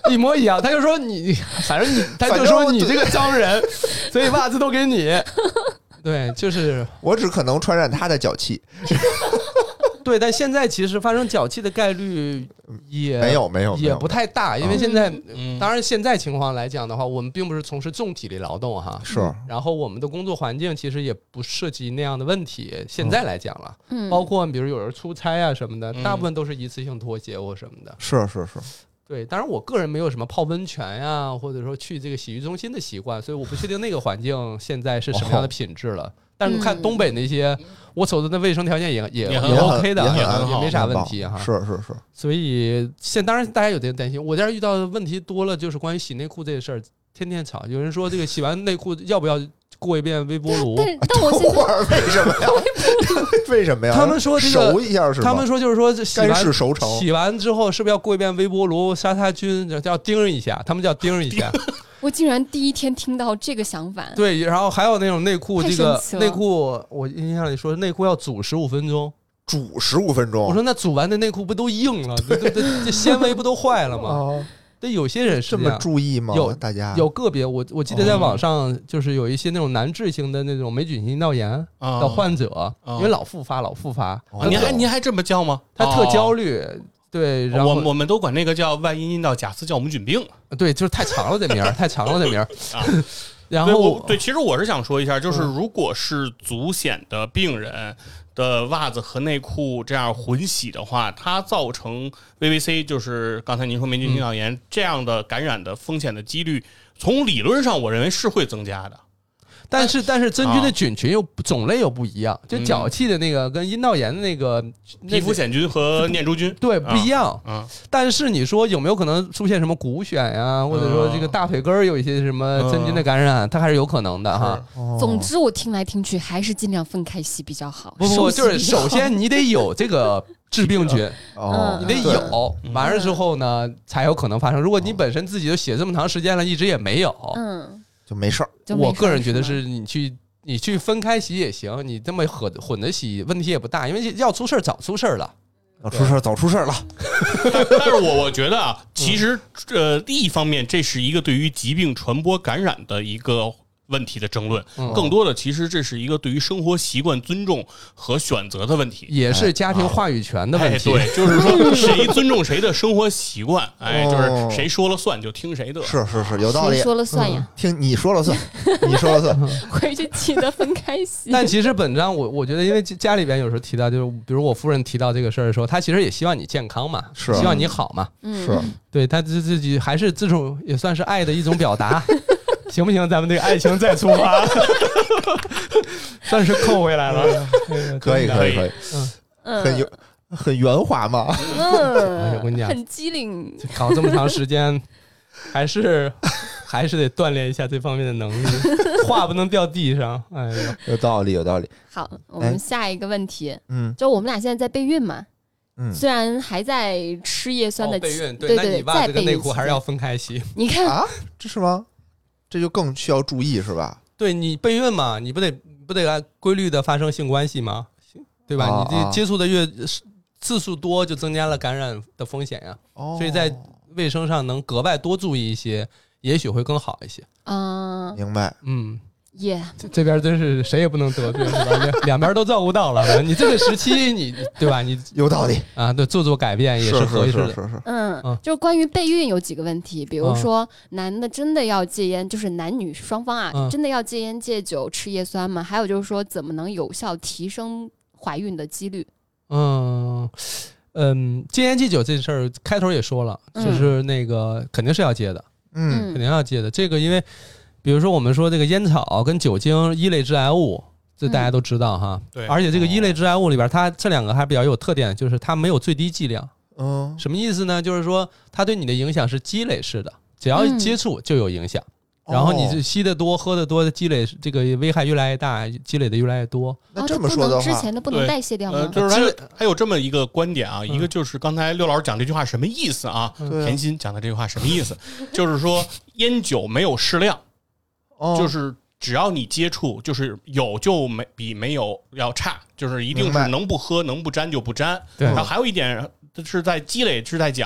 一模一样。他就说你，反正你，他就说你这个脏人，所以袜子都给你。对，就是我只可能传染他的脚气。 对，但现在其实发生脚气的概率也没有没有也不太大，因为现在、 嗯、 当然现在情况来讲的话，我们并不是从事重体力劳动哈， 是， 然后我们的工作环境其实也不涉及那样的问题。现在来讲了， 嗯， 包括比如有人出差啊什么的， 嗯、 大部分都是一次性拖鞋或什么的。 是是是， 对，当然我个人没有什么泡温泉呀，或者说去这个洗浴中心的习惯，所以我不确定那个环境现在是什么样的品质了。哦，但是看东北那些，我瞅着那卫生条件也也也也 OK 的， 也也没啥问题哈。 是是是， 所以现当然大家有点担心，我这儿遇到的问题多了，就是关于洗内裤这个事儿，天天吵。有人说这个洗完内裤要不要过一遍微波炉？ 但但我现在为什么呀？为什么呀？ 他们说这个熟一下是吧？ 他们说就是说洗完干式熟成， 洗完之后是不是要过一遍微波炉杀杀菌，叫叮一下？他们叫叮一下。 我竟然第一天听到这个想法。 对，然后还有那种内裤，这个内内裤，我印象里说内裤要煮十五分钟， 煮十五分钟。 我说那煮完的内裤不都硬了？这这这纤维不都坏了吗？ 哦， 对，有些人是这么注意吗？ 有大家有个别，我我记得在网上就是有一些那种难治型的那种霉菌性阴道炎的患者， 哦、 因为老复发老复发， 哦、您还您还这么叫吗？ 他特焦虑。哦，对，然后我我们都管那个叫外阴阴道假丝酵母菌病。 对，就是太长了这名儿，太长了这名儿啊。 然后对，其实我是想说一下，就是如果是足癣的病人的袜子和内裤这样混洗的话，它造成 V V C， 就是刚才您说霉菌性阴道炎、嗯、这样的感染的风险的几率，从理论上我认为是会增加的。 但是但是真菌的菌群又种类又不一样，就脚气的那个跟阴道炎的那个皮肤癣菌和念珠菌对不一样。 嗯， 但是你说有没有可能出现什么骨癣呀，或者说这个大腿根儿有一些什么真菌的感染，它还是有可能的哈。 总之我听来听去还是尽量分开洗比较好。 不不，就是首先你得有这个致病菌， 哦， 你得有，完了之后呢才有可能发生。如果你本身自己都写这么长时间了，一直也没有， 嗯。 就没事儿， 我个人觉得是你去你去分开洗也行，你这么混混着洗问题也不大，因为要出事儿早出事儿了， 要出事儿早出事儿了。 但, 但是我我觉得啊，其实呃，另一方面，这是一个对于疾病传播感染的一个问题的争论，更多的其实这是一个对于生活习惯尊重和选择的问题， 也是家庭话语权的问题。 哎、对，就是说谁尊重谁的生活习惯，哎，就是谁说了算就听谁的。 是是是，有道理。 谁说了算呀？ 嗯、听你说了算，你说了算。 回去记得分开洗。 但其实本章我我觉得，因为家里边有时候提到，就是比如我夫人提到这个事儿的时候，她其实也希望你健康嘛， 是希望你好嘛， 嗯、 是对她自己还是这种也算是爱的一种表达。行不行？咱们这个爱情再出发，算是扣回来了。 可以可以可以， 嗯， 很有很圆滑嘛。 嗯， 我跟你讲， 很机灵。 搞这么长时间，还是还是得锻炼一下这方面的能力，话不能掉地上。哎呀， 有道理有道理。 好，我们下一个问题， 嗯， 就我们俩现在在备孕嘛。 嗯， 虽然还在吃叶酸的、 哦、备孕， 对对对，那你袜子跟内裤还是要分开洗。 你看啊，这是吗？这就更需要注意是吧？ 对，你备孕嘛，你不得不得按规律的发生性关系吗？对吧？ 啊、 你这接触的越次数多，就增加了感染的风险呀。 哦， 所以在卫生上能格外多注意一些，也许会更好一些。 嗯， 明白。 嗯。 耶、yeah ， 这这边真是谁也不能得罪，是吧？两两边都照顾到了。你这个时期，你对吧？你有道理啊，对，做做改变也是合适的。 是是是是嗯， 嗯就是关于备孕有几个问题，比如说、嗯、男的真的要戒烟，就是男女双方啊， 嗯、 真的要戒烟戒酒吃叶酸吗？还有就是说，怎么能有效提升怀孕的几率？ 嗯嗯，戒烟戒酒这事儿开头也说了，就是那个肯定是要戒的， 嗯， 肯定要戒的。这个因为。比如说，我们说这个烟草跟酒精一类致癌物，这大家都知道哈。 对、嗯。 而且这个一类致癌物里边，它这两个还比较有特点，就是它没有最低剂量。 嗯。 什么意思呢？就是说它对你的影响是积累式的，只要接触就有影响。嗯、然后你吸得多、喝得多的积累，这个危害越来越大，积累的越来越多。 那这么说的话， 之前的不能代谢掉吗？ 呃，就是还还有这么一个观点啊，嗯、一个就是刚才刘老师讲这句话什么意思啊？ 嗯、 甜心讲的这句话什么意思？就是说烟酒没有适量。就是只要你接触，就是有就没比没有要差，就是一定是能不喝能不沾就不沾。 对。 然后还有一点是在积累，是在讲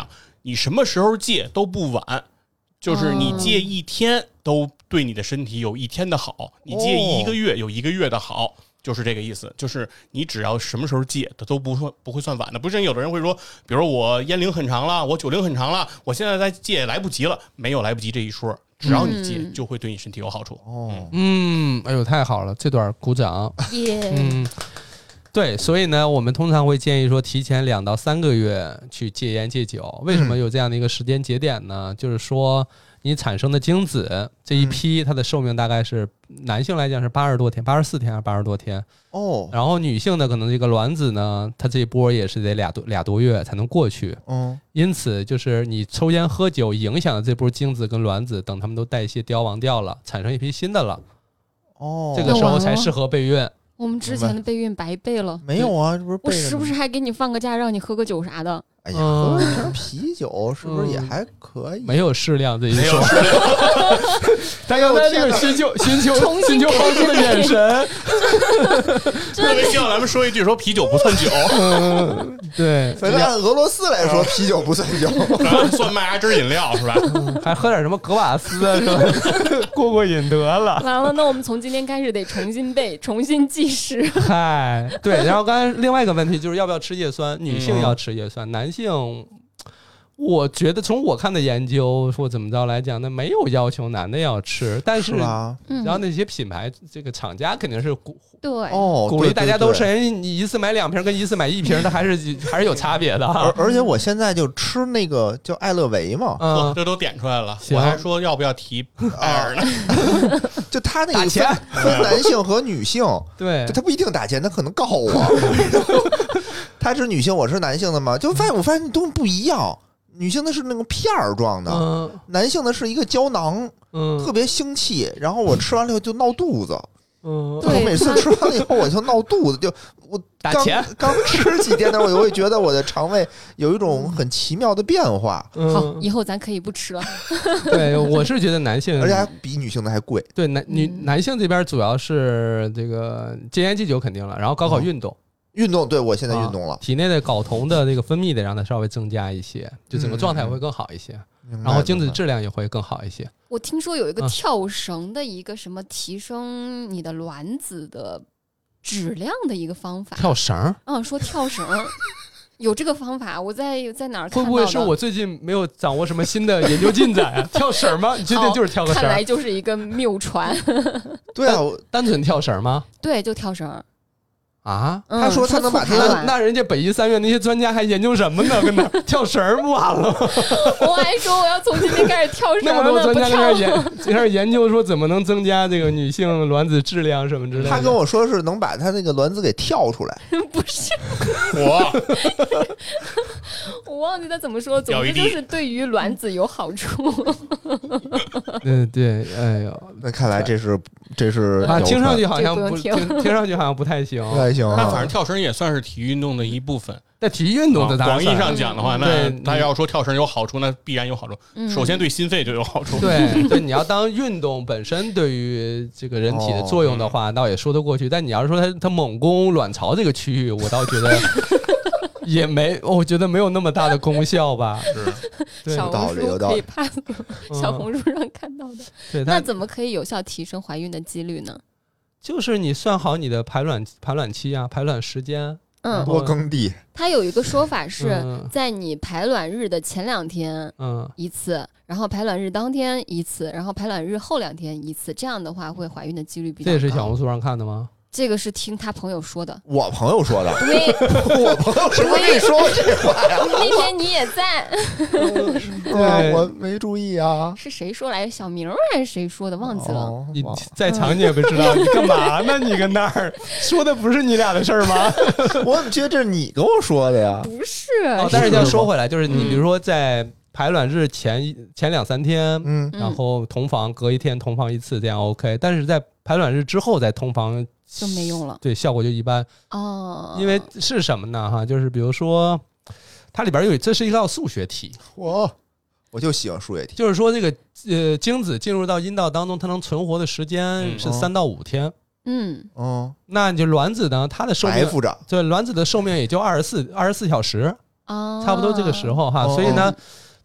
你什么时候戒都不晚，就是你戒一天都对你的身体有一天的好，你戒一个月有一个月的好。就是这个意思，就是你只要什么时候戒的都不算不会算晚的。不是有的人会说，比如我烟龄很长了，我酒龄很长了，我现在在戒来不及了，没有来不及这一说，只要你戒，就会对你身体有好处。 哦， 嗯，哎呦，太好了，这段鼓掌。 耶、 嗯，对，所以呢，我们通常会建议说，提前两到三个月去戒烟戒酒。为什么有这样的一个时间节点呢？嗯、就是说。你产生的精子这一批，它的寿命大概是男性来讲是八十多天，八十四天还是八十多天哦。 然后女性的可能这个卵子呢，它这一波也是得俩多俩多月才能过去。 嗯， 因此就是你抽烟喝酒影响的这波精子跟卵子，等它们都代谢凋亡掉了，产生一批新的了。 哦， 这个时候才适合备孕。 我们之前的备孕白备了。 没有啊，这不是我是不是还给你放个假，让你喝个酒啥的？ 哎呀，喝瓶啤酒是不是也还可以？ 没有适量这一说，大家在这个寻求寻求寻求帮助的眼神。 特别希望咱们说一句，说啤酒不算酒。 嗯，对， 反正按俄罗斯来说，啤酒不算酒， 算麦芽汁饮料是吧？ 还喝点什么格瓦斯啊，是吧？过过瘾得了。 完了，那我们从今天开始得重新背，重新计时。 嗨，对。然后刚才另外一个问题就是要不要吃叶酸？女性要吃叶酸，男性。我觉得从我看的研究或怎么着来讲，那没有要求男的要吃，但是，然后那些品牌这个厂家肯定是鼓对哦鼓励大家都吃，你一次买两瓶跟一次买一瓶，它还是还是有差别的。 而而且我现在就吃那个叫艾乐维嘛， 嗯， 这都点出来了，我还说要不要提艾尔呢？ 就他那个分分男性和女性， 对， 他不一定打钱，他可能告我。他是女性，我是男性的嘛，就发现我发现东西不一样。女性的是那个片儿状的， 嗯、 男性的是一个胶囊， 嗯， 特别腥气。然后我吃完了以后就闹肚子， 嗯， 我每次吃完了以后我就闹肚子，就我刚刚吃几天的时候，我就会觉得我的肠胃有一种很奇妙的变化。 嗯、 好，以后咱可以不吃了。 对，我是觉得男性， 而且还比女性的还贵。 对，男女男性这边主要是这个戒烟戒酒肯定了，然后搞搞运动。 哦运动，对，我现在运动了、啊， 体内的睾酮的这个分泌得让它稍微增加一些，就整个状态会更好一些， 嗯、 然后精子质量也会更好一些。 我听说有一个跳绳的一个什么提升你的卵子的质量的一个方法， 跳绳？ 嗯，说跳绳。有这个方法，我在在哪儿看到的？ 会不会是我最近没有掌握什么新的研究进展啊？跳绳吗？你确定就是跳个绳？ 看来就是一个谬传。 对啊， 单纯跳绳吗？ 对，就跳绳。 啊、 嗯， 他说他能把他那那人家北医三院那些专家还研究什么呢？跟那跳绳不完了？ 我还说我要从今天开始跳绳， 那么多专家开始研开始研究说怎么能增加这个女性卵子质量什么之类的。 他跟我说是能把他那个卵子给跳出来。 不是我， 我忘记他怎么说，总之就是对于卵子有好处。 对对，哎呦， 那看来这是这是啊，听上去好像不听听听上去好像不太行， 不太行、啊。 那反正跳绳也算是体育运动的一部分。 在体育运动的广义上讲的话，那对他要说跳绳有好处，那必然有好处。 嗯、 首先对心肺就有好处。 对对，你要当运动本身对于这个人体的作用的话， 哦、 倒也说得过去。但你要是说他他猛攻卵巢这个区域，我倒觉得也没，我觉得没有那么大的功效吧。 是， 小红书可以 pass 小红书上看到的。 对， 那怎么可以有效提升怀孕的几率呢？ 就是你算好你的排卵排卵期啊，排卵时间。 嗯， 多耕地。 它有一个说法是在你排卵日的前两天一次，嗯、然后排卵日当天一次，然后排卵日后两天一次，这样的话会怀孕的几率比较高。 这也是小红书上看的吗？ 这个是听他朋友说的， 我朋友说的。 对， 我朋友什么跟你说这话呀？ 那天你也在， 对，我没注意啊。 是谁说来？小明还是谁说的？忘记了。 哦、 你在场你也不知道，你干嘛呢？你跟那儿说的不是你俩的事儿吗？ 我怎么觉得这是你跟我说的呀？ 不是， 哦、但是要说回来，就是你比如说在排卵日前前两三天， 嗯， 然后同房隔一天同房一次，这样 OK。但是在排卵日之后再同房就没用了， 对，效果就一般哦。 因为是什么呢？哈，就是比如说，它里边有这是一道数学题， 我我就喜欢数学题， 就是说这个呃精子进入到阴道当中，它能存活的时间是三到五天。 嗯哦， 那你就卵子呢，它的寿命，对，卵子的寿命也就二十四二十四小时， 哦， 差不多这个时候哈。所以呢，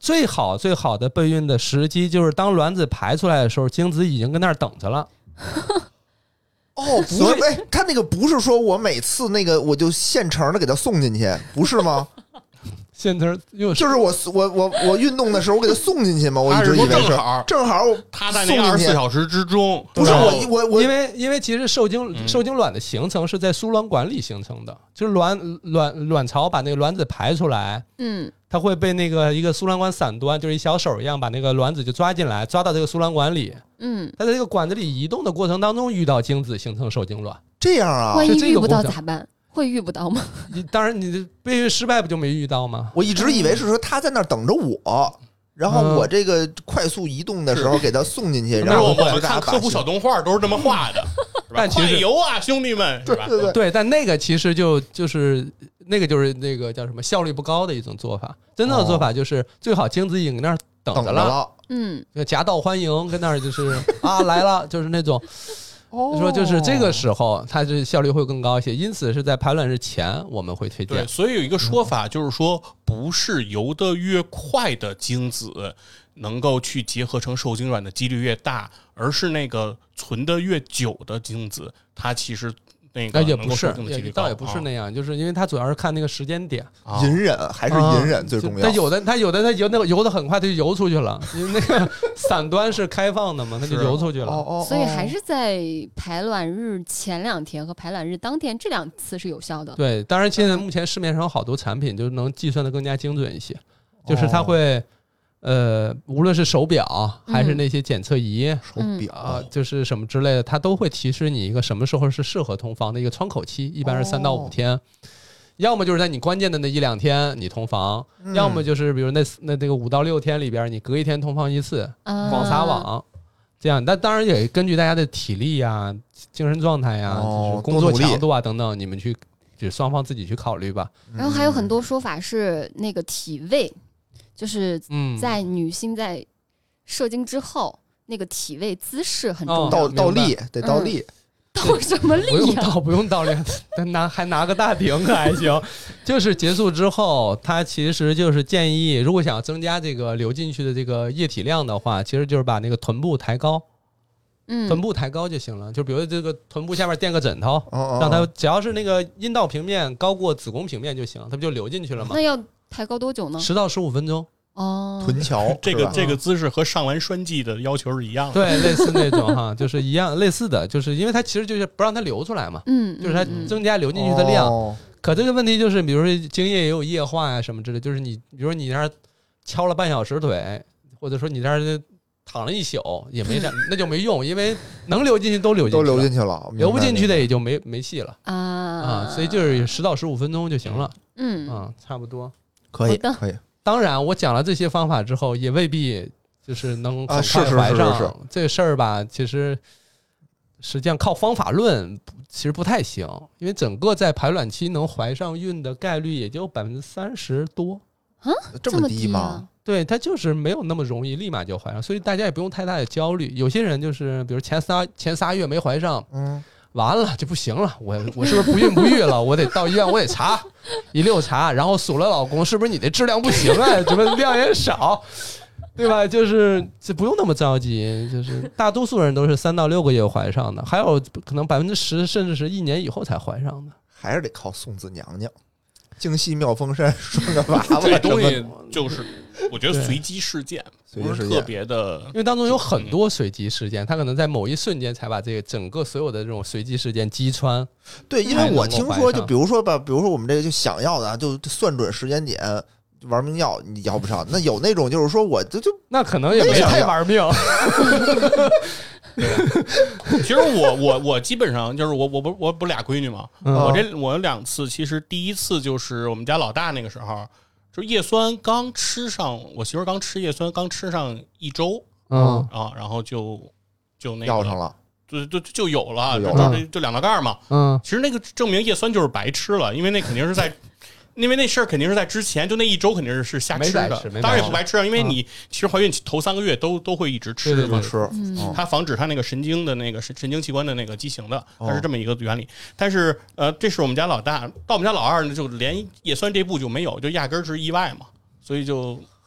最好最好的备孕的时机就是当卵子排出来的时候，精子已经跟那儿等着了。 哦，不是，哎，他那个不是说我每次那个我就现成的给他送进去，不是吗？ 现成就是我我我我运动的时候我给他送进去吗？我一直以为是正好正好他在那二十四小时之中， 不是我我我因为因为其实受精、嗯、受精卵的形成是在输卵管里形成的，就是卵卵卵巢把那个卵子排出来， 嗯， 它会被那个一个输卵管伞端，就是一小手一样把那个卵子就抓进来，抓到这个输卵管里， 嗯， 它在这个管子里移动的过程当中遇到精子形成受精卵， 这样啊？ 万一遇不到咋办？会遇不到吗？ 你当然，你备孕失败不就没遇到吗？ 我一直以为是说他在那儿等着我，然后我这个快速移动的时候给他送进去，然后我们看科普小动画都是这么画的， 但其实游啊，兄弟们，是吧？ 对对对，但那个其实就就是那个就是那个叫什么效率不高的一种做法。真正的做法就是最好精子已经在那儿等着了， 嗯， 夹道欢迎，跟那儿就是啊来了，就是那种。 哦， 说就是这个时候，它这效率会更高一些，因此是在排卵日前我们会推荐。 对，所以有一个说法就是说，不是游得越快的精子能够去结合成受精卵的几率越大，而是那个存得越久的精子，它其实那个也不是， 也倒也不是那样，啊、就是因为它主要是看那个时间点， 啊、隐忍还是隐忍最重要。 它、啊、有的它有的它游那个游的很快，它就游出去了，因为那个伞端是开放的嘛，它就游出去了。 哦哦、 所以还是在排卵日前两天和排卵日当天这两次是有效的。 对，当然现在目前市面上有好多产品就能计算的更加精准一些，就是它会。哦呃，无论是手表还是那些检测仪， 嗯、手表、 呃、就是什么之类的，它都会提示你一个什么时候是适合同房的一个窗口期，一般是三到五天。哦、要么就是在你关键的那一两天你同房，嗯、要么就是比如那那那个五到六天里边，你隔一天同房一次， 啊、 广撒网，这样。但当然也根据大家的体力呀、精神状态呀、 哦、 就是工作强度啊等等，你们去就双方自己去考虑吧。 然后还有很多说法是那个体位。就是在女性在射精之后，嗯、那个体位姿势很重要。 倒倒立得倒立， 嗯、倒什么立、啊？ 不用倒，不用倒立，拿还拿个大顶可还行。就是结束之后，它其实就是建议，如果想要增加这个流进去的这个液体量的话，其实就是把那个臀部抬高， 嗯， 臀部抬高就行了。就比如这个臀部下面垫个枕头， 哦、 让它只要是那个阴道平面高过子宫平面就行，它不就流进去了吗？ 那要抬高多久呢？ 十到十五分钟。 哦， 臀桥这个这个姿势和上完栓剂的要求是一样的， 对，类似那种哈，就是一样类似的，就是因为它其实就是不让它流出来嘛， 嗯， 就是它增加流进去的量。 哦、 可这个问题就是，比如说精液也有液化呀什么之类，就是你比如说你那儿敲了半小时腿，或者说你那儿躺了一宿也没啥，那就没用，因为能流进去都流进去了， 都流进去了， 流不进去的也就没没戏了啊啊，所以就是十到十五分钟就行了， 嗯啊，差不多可以可以。 当然，我讲了这些方法之后，也未必就是能很快怀上。 啊、是是是是这个事儿吧，其实实际上靠方法论其实不太行，因为整个在排卵期能怀上孕的概率也就百分之三十多啊， 这么低吗？ 对，它就是没有那么容易立马就怀上，所以大家也不用太大的焦虑。有些人就是比如前仨前仨月没怀上， 嗯。 完了就不行了，我我是不是不孕不育了？我得到医院，我得查一溜查，然后数了老公，是不是你的质量不行啊？怎么量也少，对吧？就是这不用那么着急，就是大多数人都是三到六个月怀上的，还有可能百分之十甚至是一年以后才怀上的， 还是得靠送子娘娘。京戏妙峰山拴个娃娃， 这东西就是我觉得随机事件， 不是特别的， 因为当中有很多随机事件，他可能在某一瞬间才把这个整个所有的这种随机事件击穿。 对，因为我听说，就比如说吧，比如说我们这个就想要的啊，就算准时间点玩命要，你要不上。那有那种就是说我就就那可能也没太玩命。 其实我我我基本上就是我我不我不俩闺女嘛， 嗯、 我这我两次，其实第一次就是我们家老大那个时候，就叶酸刚吃上，我媳妇刚吃叶酸刚吃上一周， 嗯啊，然后就就那个要上了， 就就就有了， 就有了就就两道杠嘛， 嗯， 其实那个证明叶酸就是白吃了，因为那肯定是在。因为那事儿肯定是在之前，就那一周肯定是是瞎吃的，当然也不白吃啊。因为你其实怀孕头三个月都都会一直吃嘛， 吃， 它防止它那个神经的那个神神经器官的那个畸形的，它是这么一个原理。但是呃，这是我们家老大，到我们家老二呢，就连叶酸这步就没有，就压根儿是意外嘛，所以就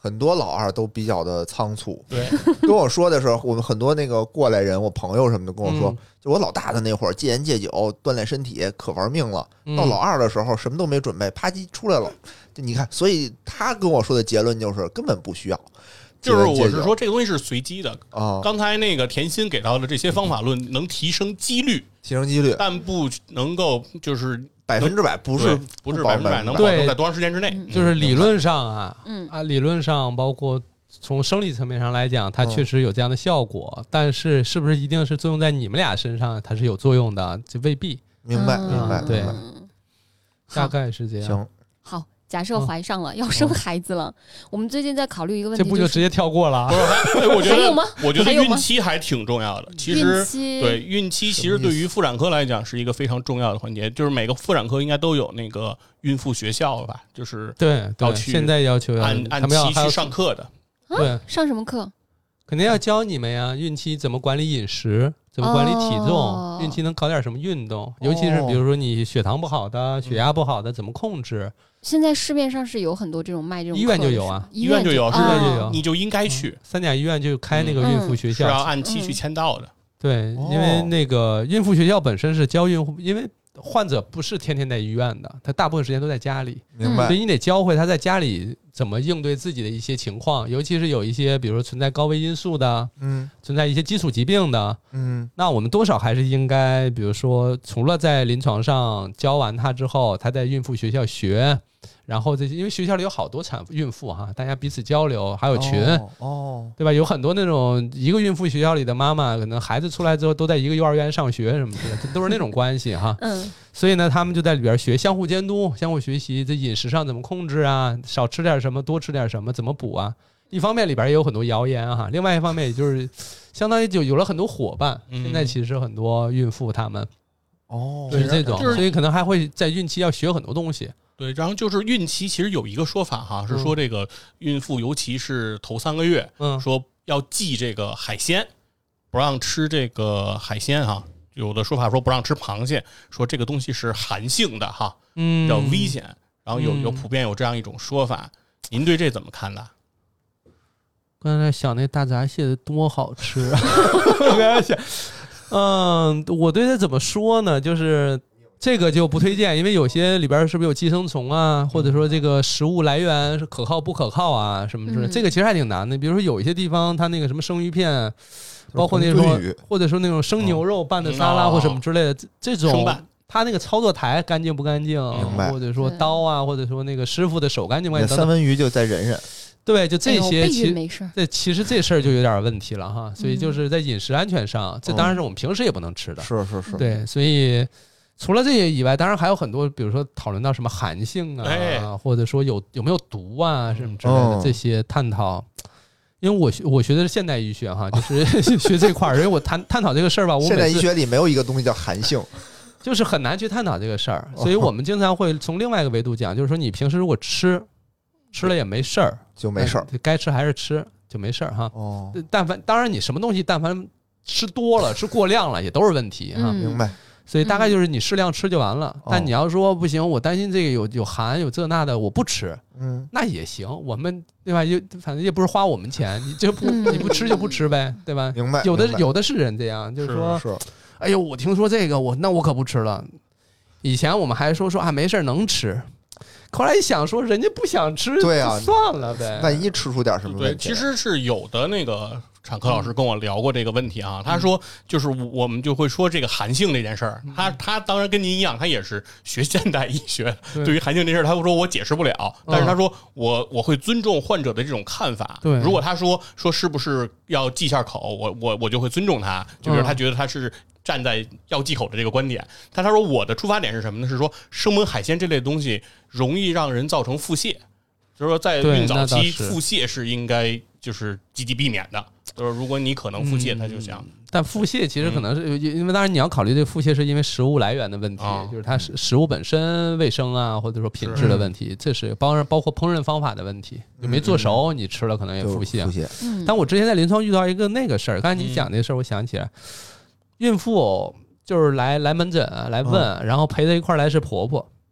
很多老二都比较的仓促。 对， 跟我说的时候，我们很多那个过来人，我朋友什么的跟我说， 嗯、 就我老大的那会儿戒烟戒酒，锻炼身体，可玩命了。 嗯、 到老二的时候，什么都没准备，啪叽出来了。就你看，所以他跟我说的结论就是根本不需要。 就是我是说这个东西是随机的啊。 刚才那个甜心给到的这些方法论能提升几率， 提升几率， 但不能够就是百分之百，不是不是百分之百能保证在多长时间之内。 就是理论上啊， 嗯啊，理论上包括从生理层面上来讲，它确实有这样的效果，嗯、但是是不是一定是作用在你们俩身上，它是有作用的，这未必。 明白，嗯、明白， 对，大概是这样。 行， 好。假设怀上了，嗯、要生孩子了，嗯、我们最近在考虑一个问题、 就是，这不就直接跳过了？ 不是，我觉得还有吗？ 我觉得孕期还挺重要的。其实，对孕期，其实对于妇产科来讲是一个非常重要的环节。就是每个妇产科应该都有那个孕妇学校吧？就是对，要去现在要求要按按期去上课的。 啊、 对， 上什么课？ 肯定要教你们呀，孕期怎么管理饮食，怎么管理体重， 哦、 孕期能搞点什么运动，尤其是比如说你血糖不好的、血压不好的，怎么控制。 现在市面上是有很多这种卖这种课， 医院就有啊， 医院就有， 医院就有， 你就应该去。 三甲医院就开那个孕妇学校， 是要按期去签到的。 对，因为那个孕妇学校本身是教孕妇，因为患者不是天天在医院的，他大部分时间都在家里， 明白？ 所以你得教会他在家里怎么应对自己的一些情况，尤其是有一些比如说存在高危因素的， 嗯， 存在一些基础疾病的， 嗯， 那我们多少还是应该，比如说除了在临床上教完他之后，他在孕妇学校学。然后这因为学校里有好多产妇孕妇哈，大家彼此交流，还有群， 哦，哦对吧？有很多那种一个孕妇学校里的妈妈，可能孩子出来之后都在一个幼儿园上学什么的，这都是那种关系哈。 嗯， 所以呢，他们就在里边学，相互监督，相互学习，这饮食上怎么控制啊？少吃点什么，多吃点什么，怎么补啊？一方面里边也有很多谣言哈，另外一方面也就是相当于就有了很多伙伴。 嗯、 现在其实很多孕妇她们哦， 就是这种， 就是所以可能还会在孕期要学很多东西。 对，然后就是孕期其实有一个说法哈，是说这个孕妇尤其是头三个月， 嗯， 说要忌这个海鲜，不让吃这个海鲜哈。有的说法说不让吃螃蟹，说这个东西是寒性的哈， 嗯， 比较危险。然后有有普遍有这样一种说法，您对这怎么看呢？ 刚才想那大闸蟹的多好吃啊！我刚才想，嗯，我对它怎么说呢？就是这个就不推荐，因为有些里边是不是有寄生虫啊，或者说这个食物来源是可靠不可靠啊，什么之类的， 嗯、 这个其实还挺难的。比如说有一些地方它那个什么生鱼片，包括那种或者说那种生牛肉拌的沙拉或什么之类的，嗯、这种它那个操作台干净不干净，或者说刀啊，或者说那个师傅的手干净不干净， 三文鱼就再忍忍。 对，就这些，其实这其实这事儿就有点问题了哈。所以就是在饮食安全上，这当然是我们平时也不能吃的。 是是是。 对，所以除了这些以外，当然还有很多，比如说讨论到什么寒性啊， 哎、 或者说有有没有毒啊什么之类的这些探讨。因为我学我学的是现代医学哈，就是学这块儿，因为我探探讨这个事儿吧，我现代医学里没有一个东西叫寒性。 就是很难去探讨这个事儿，所以我们经常会从另外一个维度讲，就是说你平时如果吃。吃了也没事儿， 就没事儿， 该吃还是吃，就没事儿哈。 哦， 但凡当然你什么东西，但凡吃多了、吃过量了，也都是问题哈。 嗯、 明白。 所以大概就是你适量吃就完了。 嗯、 但你要说不行，我担心这个有有寒有这那的，我不吃， 嗯， 那也行。我们对吧？又反正也不是花我们钱，你就不你不吃就不吃呗，对吧？ 明白。 有的有的是人这样，就是说， 是哎呦，我听说这个，我那我可不吃了。以前我们还说说啊，没事能吃。后来一想说，人家不想吃， 对啊， 算了呗。 万一吃出点什么问题？对，其实是有的。那个产科老师跟我聊过这个问题啊，嗯、他说就是我们就会说这个寒性这件事儿，他他当然跟您一样，他也是学现代医学。对, 对于寒性这事儿，他会说我解释不了，但是他说我我会尊重患者的这种看法。 对， 如果他说说是不是要忌下口，我我我就会尊重他，就比如他觉得他是。站在要忌口的这个观点，但他说我的出发点是什么呢？是说生猛海鲜这类东西容易让人造成腹泻，就是说在孕早期腹泻是应该就是积极避免的。就是如果你可能腹泻，他就想、嗯。 但腹泻其实可能是、嗯、因为当然你要考虑这个腹泻是因为食物来源的问题， 哦、 就是它是食物本身卫生啊，或者说品质的问题，这是包包括烹饪方法的问题，就没做熟，嗯、你吃了可能也腹泻。 腹泻。 但我之前在临床遇到一个那个事儿，刚才你讲那事儿，我想起来。孕妇就是来来门诊来问，嗯、然后陪她一块儿来是婆婆，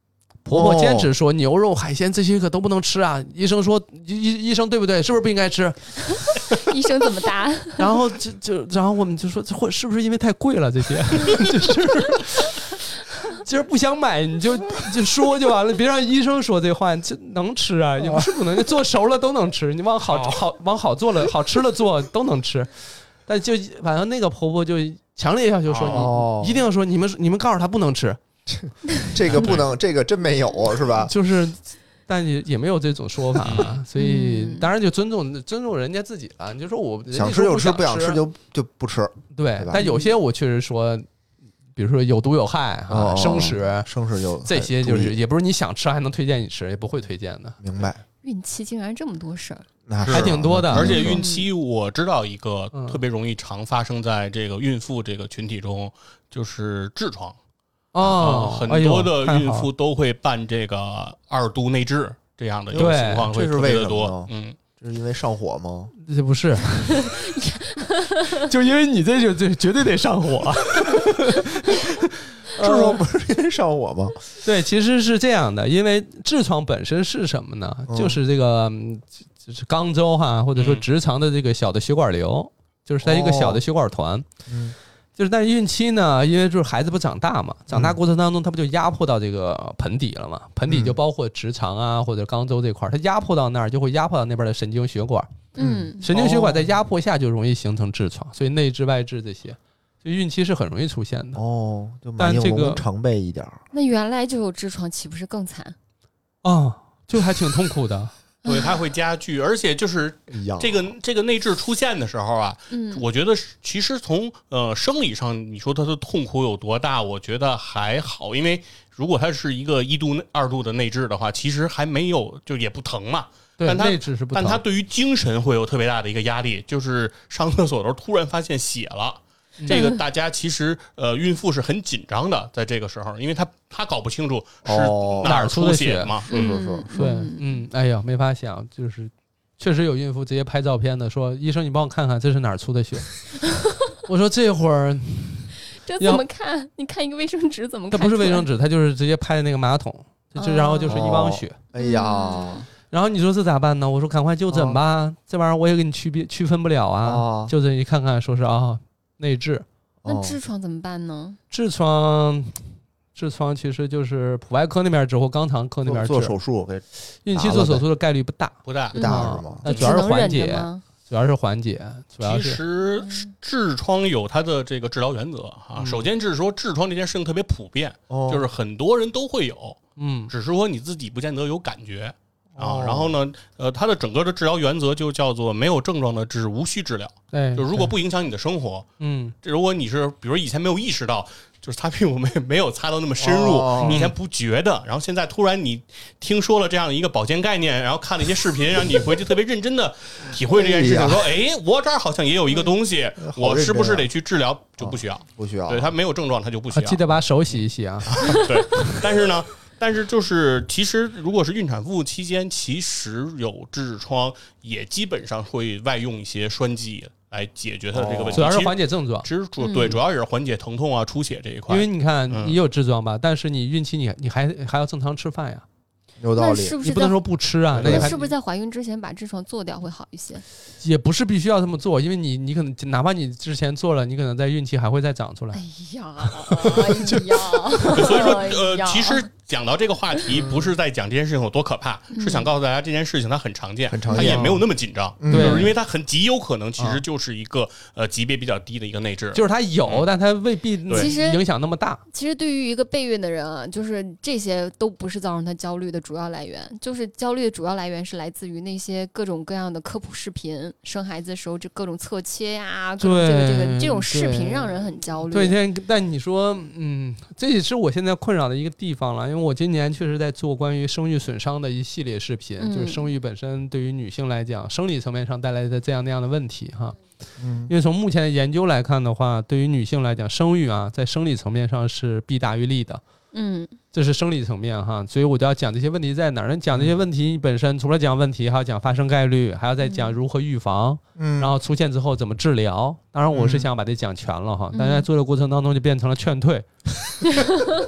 婆婆坚持说牛肉海鲜这些可都不能吃啊，医生说医医生对不对？是不是不应该吃？ 医生怎么答？ 然后就就然后我们就说这会是不是因为太贵了这些？就是其实不想买你就就说就完了，别让医生说这话，这能吃啊，也不是不能，做熟了都能吃，你往好好往好做了好吃了做都能吃，但就反正那个婆婆就强烈要求说， 哦、 你一定要说你们你们告诉她不能吃。 这个不能，这个真没有是吧？ 就是，但也也没有这种说法啊，所以当然就尊重尊重人家自己了。你就说我想吃就吃，不想吃就就不吃。 对，但有些我确实说，比如说有毒有害啊，生食， 生食就这些就是也不是你想吃还能推荐你吃，也不会推荐的。 明白。 孕期竟然这么多事儿， 那还挺多的。 而且孕期我知道一个特别容易常发生在这个孕妇这个群体中，就是痔疮。 哦、 嗯，很多的孕妇都会办这个二度内痔这样的一个情况会特别的多。嗯， 这是因为上火吗？ 这不是，就因为你这就这绝对得上火。 痔疮不是因为上火吗？ 对，其实是这样的，因为痔疮本身是什么呢？嗯、就是这个就是肛周哈，或者说直肠的这个小的血管瘤，嗯、就是它一个小的血管团。哦、嗯。就是，但是孕期呢，因为就是孩子不长大嘛，长大过程当中，它不就压迫到这个盆底了嘛？盆底就包括直肠啊，或者肛周这块，它压迫到那儿，就会压迫到那边的神经血管。嗯，神经血管在压迫下就容易形成痔疮，所以内痔外痔这些，所以孕期是很容易出现的。 哦，就但这个常备一点。 那原来就有痔疮，岂不是更惨？ 哦，就还挺痛苦的。 对，它会加剧，而且就是这个这个内痔出现的时候啊，嗯，我觉得其实从呃生理上，你说它的痛苦有多大，我觉得还好，因为如果它是一个一度、二度的内痔的话，其实还没有，就也不疼嘛。 对， 但它内痔是不疼， 但它对于精神会有特别大的一个压力，就是上厕所的时候突然发现血了。这个大家其实呃，孕妇是很紧张的，在这个时候，因为她她搞不清楚是哪儿出血嘛。 是是是， 对，嗯，哎呀，没法想，就是确实有孕妇直接拍照片的，说医生你帮我看看这是哪儿出的血。我说这会儿这怎么看？你看一个卫生纸怎么看？ 它不是卫生纸，它就是直接拍的那个马桶，就然后就是一汪血。 哦、哎呀。 然后你说这咋办呢？我说赶快就诊吧，哦、这玩意儿我也给你区别区分不了啊。哦、就诊一看看，说是啊。哦内痔， 那痔疮怎么办呢？ 痔疮，痔疮其实就是普外科那边治或肛肠科那边治。 做手术给孕期做手术的概率不大， 不大不大是吗？ 那主要是缓解，主要是缓解。主要是其实痔疮有它的这个治疗原则啊。嗯、首先是说痔疮这件事情特别普遍，哦、就是很多人都会有，嗯，只是说你自己不见得有感觉。啊，然后呢，呃，它的整个的治疗原则就叫做没有症状的治无需治疗。 对， 就如果不影响你的生活， 嗯， 如果你是比如以前没有意识到，就是擦屁股没没有擦到那么深入，哦、你以前不觉得，然后现在突然你听说了这样一个保健概念，然后看了一些视频，让你回去特别认真的体会这件事情，说，哎，我这儿好像也有一个东西，我是不是得去治疗？就不需要， 不需要， 对，它没有症状，它就不需要。 记得把手洗一洗啊。 对，但是呢。但是就是，其实如果是孕产妇期间，其实有痔疮，也基本上会外用一些栓剂来解决它的这个问题。 主要是缓解症状， 其实主对主要也是缓解疼痛啊、出血这一块。 因为你看，你有痔疮吧，但是你孕期你你还还要正常吃饭呀。 有道理， 是不是你不能说不吃啊？那是不是在怀孕之前把痔疮做掉会好一些？ 也不是必须要这么做，因为你你可能哪怕你之前做了，你可能在孕期还会再长出来。 哎呀，哎呀， 所以说呃，其实讲到这个话题，不是在讲这件事情有多可怕， 嗯、 是想告诉大家这件事情它很常见， 很常见， 它也没有那么紧张， 对、 嗯，就是因为它很极有可能其实就是一个、嗯、呃级别比较低的一个内痔， 就是它有，嗯、但它未必其实影响那么大。 其实对于一个备孕的人啊，就是这些都不是造成他焦虑的主要来源，就是焦虑的主要来源是来自于那些各种各样的科普视频，生孩子的时候这各种侧切呀，各种这个这个这种视频让人很焦虑。 对，但你说，嗯，这也是我现在困扰的一个地方了，因为我今年确实在做关于生育损伤的一系列视频，嗯、就是生育本身对于女性来讲，生理层面上带来的这样那样的问题哈。嗯，因为从目前的研究来看的话，对于女性来讲，生育啊，在生理层面上是弊大于利的。 嗯， 这是生理层面哈，所以我就要讲这些问题在哪儿。讲这些问题本身，除了讲问题，还要讲发生概率，还要再讲如何预防，嗯，然后出现之后怎么治疗。当然，我是想把这讲全了哈，但是在做的过程当中就变成了劝退。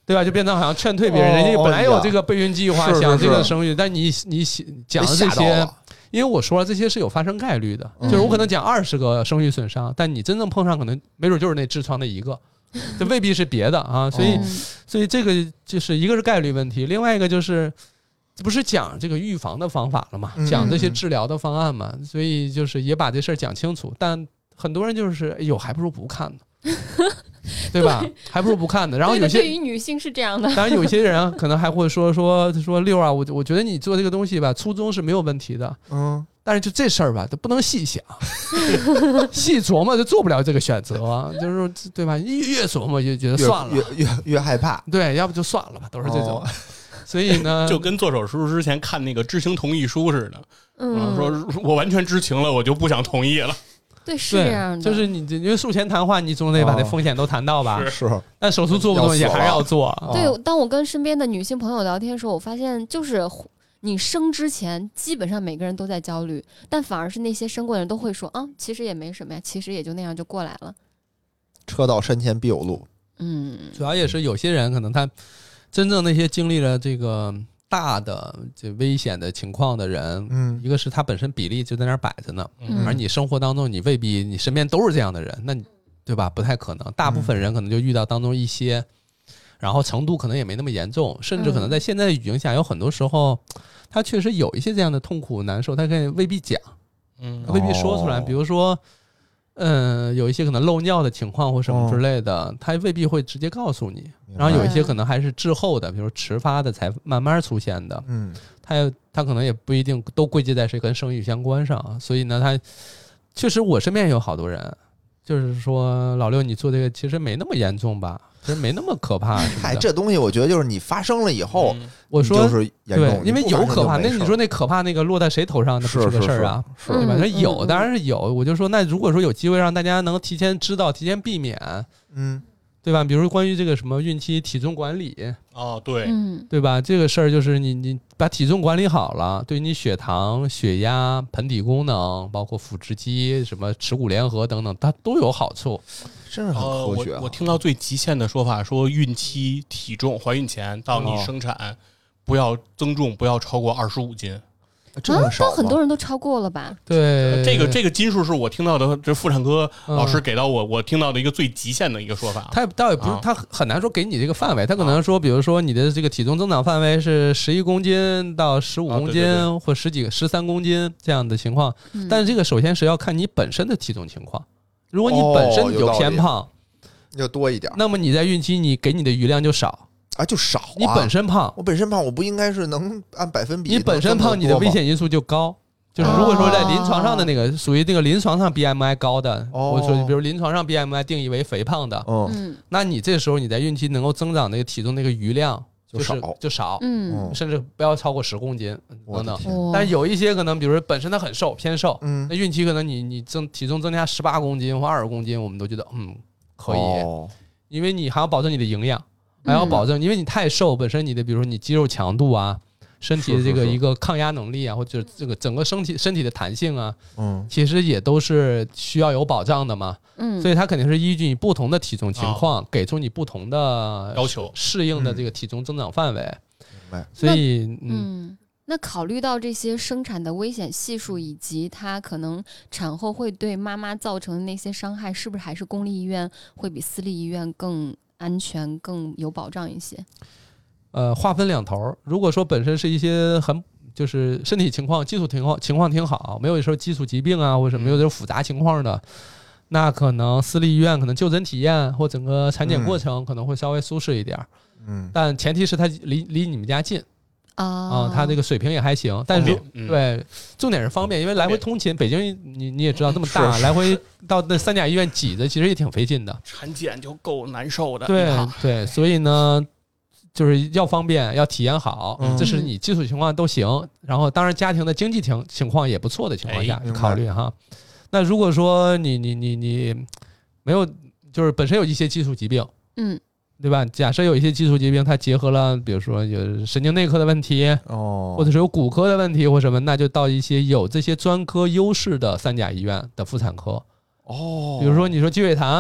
对吧？就变成好像劝退别人， 哦人家本来有这个备孕计划， 是是想这个是生育，但你你讲的这被吓到些了， 因为我说了这些是有发生概率的， 嗯就是我可能讲二十个生育损伤，但你真正碰上可能没准就是那痔疮的一个，这未必是别的啊。所以哦所以这个就是一个是概率问题，另外一个就是这不是讲这个预防的方法了嘛， 嗯讲这些治疗的方案嘛，所以就是也把这事儿讲清楚，但很多人就是哎呦还不如不看呢。对吧？还不如不看呢。然后有些对于女性是这样的， 当然有些人可能还会说说说六啊，我我觉得你做这个东西吧，初衷是没有问题的， 嗯， 但是就这事儿吧，都不能细想，细琢磨就做不了这个选择，就是对吧？越越琢磨就觉得越算了， 越越越害怕， 对，要不就算了吧，都是这种。 哦所以呢， 就跟做手术之前看那个知情同意书似的， 嗯， 说我完全知情了，我就不想同意了。 对，是这样的， 就是你因为术前谈话，你总得把这风险都谈到吧？ 是， 但手术做不做也还是要做。 哦对。当我跟身边的女性朋友聊天的时候，我发现就是你生之前，基本上每个人都在焦虑，但反而是那些生过的人都会说啊，其实也没什么呀，其实也就那样就过来了。 车到山前必有路， 嗯， 主要也是有些人可能他真正那些经历了这个大的这危险的情况的人， 嗯一个是他本身比例就在那儿摆着呢， 嗯而你生活当中你未必你身边都是这样的人，那你对吧？不太可能，大部分人可能就遇到当中一些，然后程度可能也没那么严重，甚至可能在现在的语境下，有很多时候他确实有一些这样的痛苦难受，他可以未必讲， 嗯未必说出来， 哦比如说。嗯，有一些可能漏尿的情况或什么之类的，他未必会直接告诉你。 明白然后有一些可能还是滞后的，比如迟发的才慢慢出现的， 嗯他也他可能也不一定都归结在是跟生育相关上啊。所以呢，他确实我身边也有好多人，就是说老六你做这个其实没那么严重吧，其实没那么可怕什么嗨， 的。 这东西我觉得就是你发生了以后， 嗯我说就是严重对，因为有可怕，那你说那那可怕那个落在谁头上，那不是个事儿啊， 是对吧？ 嗯他有嗯当然是有，我就说那如果说有机会让大家能提前知道、提前避免， 嗯对吧？比如关于这个什么孕期体重管理， 哦，对， 嗯对吧？这个事儿就是你你把体重管理好了，对你血糖、血压、盆底功能，包括腹直肌、什么耻骨联合等等，它都有好处。 真是很呃， 科学啊。 我我听到最极限的说法，说孕期体重怀孕前到你生产，不要增重，不要超过二十五斤。 啊， 这么少吗， 但很多人都超过了吧？ 对， 这个这个斤数是我听到的，这妇产科老师嗯给到我，我听到的一个最极限的一个说法。 他也倒也不是啊， 他很难说给你这个范围，他可能说，比如说你的这个体重增长范围是十一公斤到十五公斤， 啊对对对或十几个十三公斤这样的情况。 嗯但是这个首先是要看你本身的体重情况。如果你本身有哦有道理偏胖， 要多一点那么你在孕期你给你的余量就少。 啊，就少啊。 你本身胖， 我本身胖，我不应该是能按百分比？ 你本身胖，你的危险因素就高。就是如果说在临床上的那个属于那个临床上 B M I 高的， 哦或者说比如临床上 B M I 定义为肥胖的， 嗯嗯那你这时候你在孕期能够增长那个体重那个余量就是少就少， 嗯嗯， 甚至不要超过十公斤等等。 我的天哦但有一些可能，比如说本身他很瘦偏瘦， 嗯那孕期可能你你增体重增加十八公斤或二十公斤，我们都觉得嗯可以， 哦因为你还要保证你的营养，还要保证，因为你太瘦，本身你的比如说你肌肉强度啊。身体的这个是是是一个抗压能力啊，或者这个整个身体身体的弹性啊， 嗯其实也都是需要有保障的嘛。 嗯， 所以它肯定是依据你不同的体重情况，给出你不同的要求适应的这个体重增长范围。 明白。 所以，嗯， 嗯，那考虑到这些生产的危险系数，以及它可能产后会对妈妈造成的那些伤害，是不是还是公立医院会比私立医院更安全、更有保障一些？ 呃，划分两头儿。如果说本身是一些很就是身体情况、基础情况情况挺好，没有说基础疾病啊，或者没有这种复杂情况的，那可能私立医院可能就诊体验或整个产检过程可能会稍微舒适一点儿。 嗯但前提是它离离你们家近啊啊，它这个水平也还行。但是方便嗯对，重点是方便，因为来回通勤，北京你你也知道这么大，来回到那三甲医院挤着，其实也挺费劲的。 产检就够难受的。 对一趟对，所以呢，就是要方便，要体验好， 嗯这是你基础情况都行。然后，当然家庭的经济情情况也不错的情况下， 哎去考虑哈。那如果说你你你你没有，就是本身有一些基础疾病， 嗯对吧？假设有一些基础疾病，它结合了，比如说有神经内科的问题， 哦， 或者是有骨科的问题或什么，那就到一些有这些专科优势的三甲医院的妇产科。 哦， 比如说你说积水潭，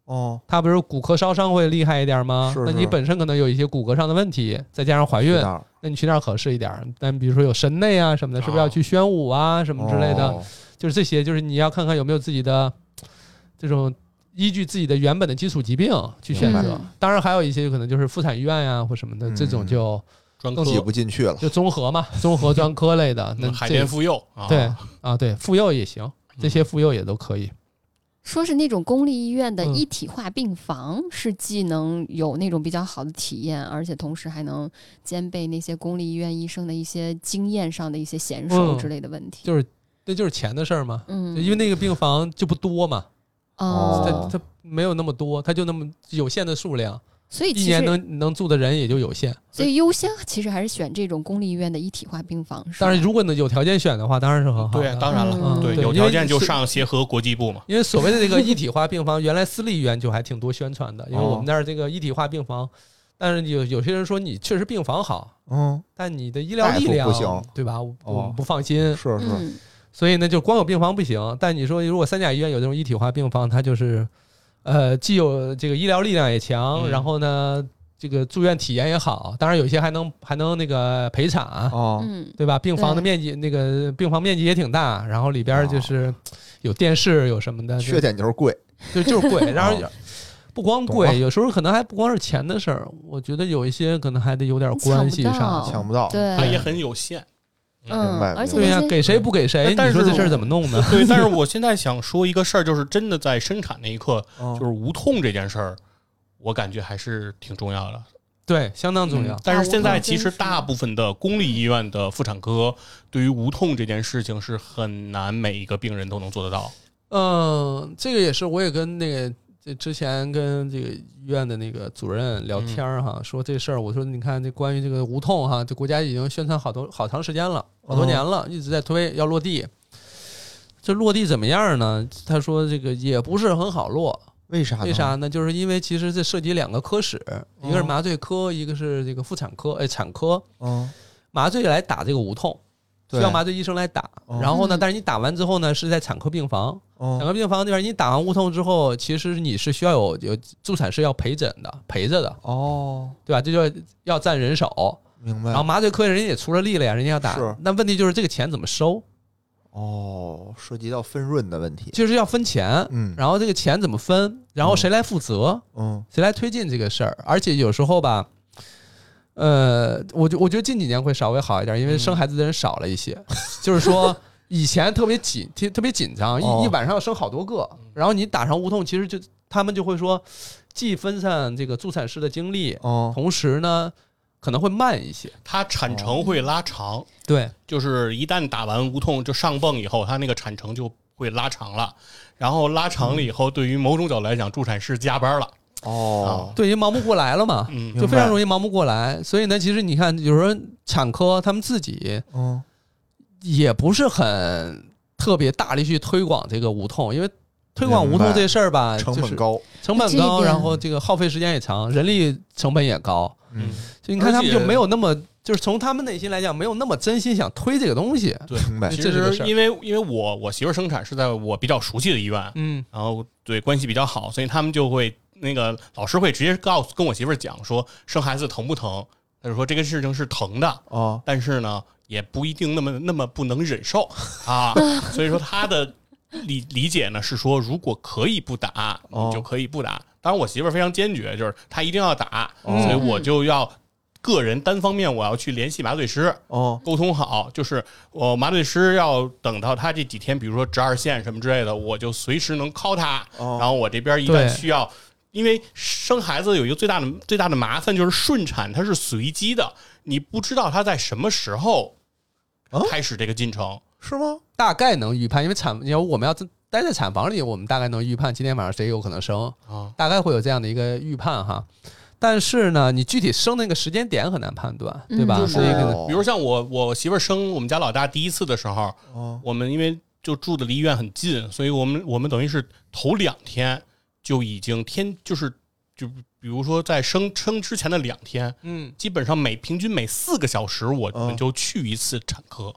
哦， 它不是骨科烧伤会厉害一点吗？ 是是那你本身可能有一些骨骼上的问题，再加上怀孕， 那那你去那儿合适一点。但比如说有神内啊什么的，是不是要去宣武啊什么之类的？ 哦、 就是这些，就是你要看看有没有自己的这种依据自己的原本的基础疾病去选择。 嗯、 当然还有一些可能就是妇产医院呀或什么的，嗯、这种就专科挤不进去了， 就综合嘛，综合专科类的。那海淀妇幼，啊对啊，对妇幼也行，这些妇幼也都可以。 说是那种公立医院的一体化病房，嗯、是既能有那种比较好的体验，而且同时还能兼备那些公立医院医生的一些经验上的一些娴熟之类的问题。 嗯、就是那就是钱的事儿嘛， 嗯， 因为那个病房就不多嘛， 哦， 它它没有那么多，它就那么有限的数量。 所以一年能能住的人也就有限， 所以优先其实还是选这种公立医院的一体化病房。 当然，如果呢有条件选的话，当然是很好的。 对，当然了， 嗯、 对， 对， 有条件就上协和国际部嘛。 因为所谓的这个一体化病房，原来私立医院就还挺多宣传的，因为我们那儿这个一体化病房，但是有有些人说你确实病房好， 嗯， 但你的医疗力量不行， 对吧？我我们不放心， 是是。 嗯、 所以呢，就光有病房不行。但你说如果三甲医院有这种一体化病房，它就是呃既有这个医疗力量也强， 嗯、 然后呢。这个住院体验也好，当然有些还能还能那个陪产， 哦， 对吧？病房的面积，那个病房面积也挺大，然后里边就是有电视，有什么的。 缺点就是贵， 对，就是贵。然后不光贵，有时候可能还不光是钱的事儿，我觉得有一些可能还得有点关系上， 抢不到， 对， 它也很有限。 嗯， 明白。 而且对呀，给谁不给谁？你说这事儿怎么弄呢？ 对，但是我现在想说一个事儿，就是真的在生产那一刻，就是无痛这件事儿。我感觉还是挺重要的， 对，相当重要。 嗯、但是现在其实大部分的公立医院的妇产科对于无痛这件事情是很难每一个病人都能做得到。 嗯，这个也是，我也跟那个这之前跟这个医院的那个主任聊天哈，嗯、说这事儿，我说你看这关于这个无痛哈，这国家已经宣传好多好长时间了，好多年了，嗯、一直在推要落地。这落地怎么样呢？他说这个也不是很好落。 为啥呢？ 为啥呢？就是因为其实这涉及两个科室，一个是麻醉科，一个是这个妇产科，哎，产科。 嗯， 麻醉来打这个无痛，需要麻醉医生来打。然后呢，但是你打完之后呢，是在产科病房。产科病房那边你打完无痛之后，其实你是需要有有助产士要陪诊的，陪着的。 哦， 对吧？这就要占人手。 明白。 然后麻醉科人家也出了力了呀，人家要打。 是。 那问题就是这个钱怎么收？ 哦，涉及到分润的问题， 就是要分钱， 嗯， 然后这个钱怎么分，然后谁来负责， 嗯， 谁来推进这个事儿，而且有时候吧，呃，我觉我觉得近几年会稍微好一点，因为生孩子的人少了一些，嗯、就是说以前特别紧，特别紧张， 哦、 一一晚上要生好多个，然后你打上无痛，其实就他们就会说，既分散这个助产士的精力， 哦， 同时呢。可能会慢一些， 它产程会拉长。 对， 就是一旦打完无痛就上泵以后，它那个产程就会拉长了。然后拉长了以后，对于某种角度来讲，助产士加班了。 哦， 对，因为忙不过来了嘛， 嗯， 就非常容易忙不过来。所以呢，其实你看，有时候产科他们自己， 嗯， 也不是很特别大力去推广这个无痛，因为推广无痛这事儿吧， 成本高， 成本高，然后这个耗费时间也长，人力成本也高。 嗯， 就你看他们就没有那么，就是从他们内心来讲，没有那么真心想推这个东西。 对， 明白。 其实因为因为我我媳妇生产是在我比较熟悉的医院， 嗯， 然后对关系比较好，所以他们就会那个老师会直接告诉跟我媳妇讲说生孩子疼不疼，他就说这个事情是疼的哦， 但是呢也不一定那么那么不能忍受啊，所以说他的理理解呢是说如果可以不打，你就可以不打。哦，当然我媳妇儿非常坚决，就是她一定要打， 哦， 所以我就要个人单方面我要去联系麻醉师， 哦， 沟通好，就是我麻醉师要等到他这几天比如说值二线什么之类的，我就随时能 call 他， 哦， 然后我这边一旦需要，因为生孩子有一个最大的最大的麻烦就是顺产它是随机的，你不知道他在什么时候开始这个进程，哦， 是吗？ 大概能预判，因为产因为我们要待在产房里，我们大概能预判今天晚上谁有可能生， 啊， 大概会有这样的一个预判哈。但是呢，你具体生那个时间点很难判断，对吧？ 嗯， 所以比如像我我媳妇儿生我们家老大第一次的时候， 哦， 我们因为就住的离医院很近，所以我们我们等于是头两天就已经天就是就比如说在生生之前的两天， 嗯， 基本上每平均每四个小时我们就去一次产科。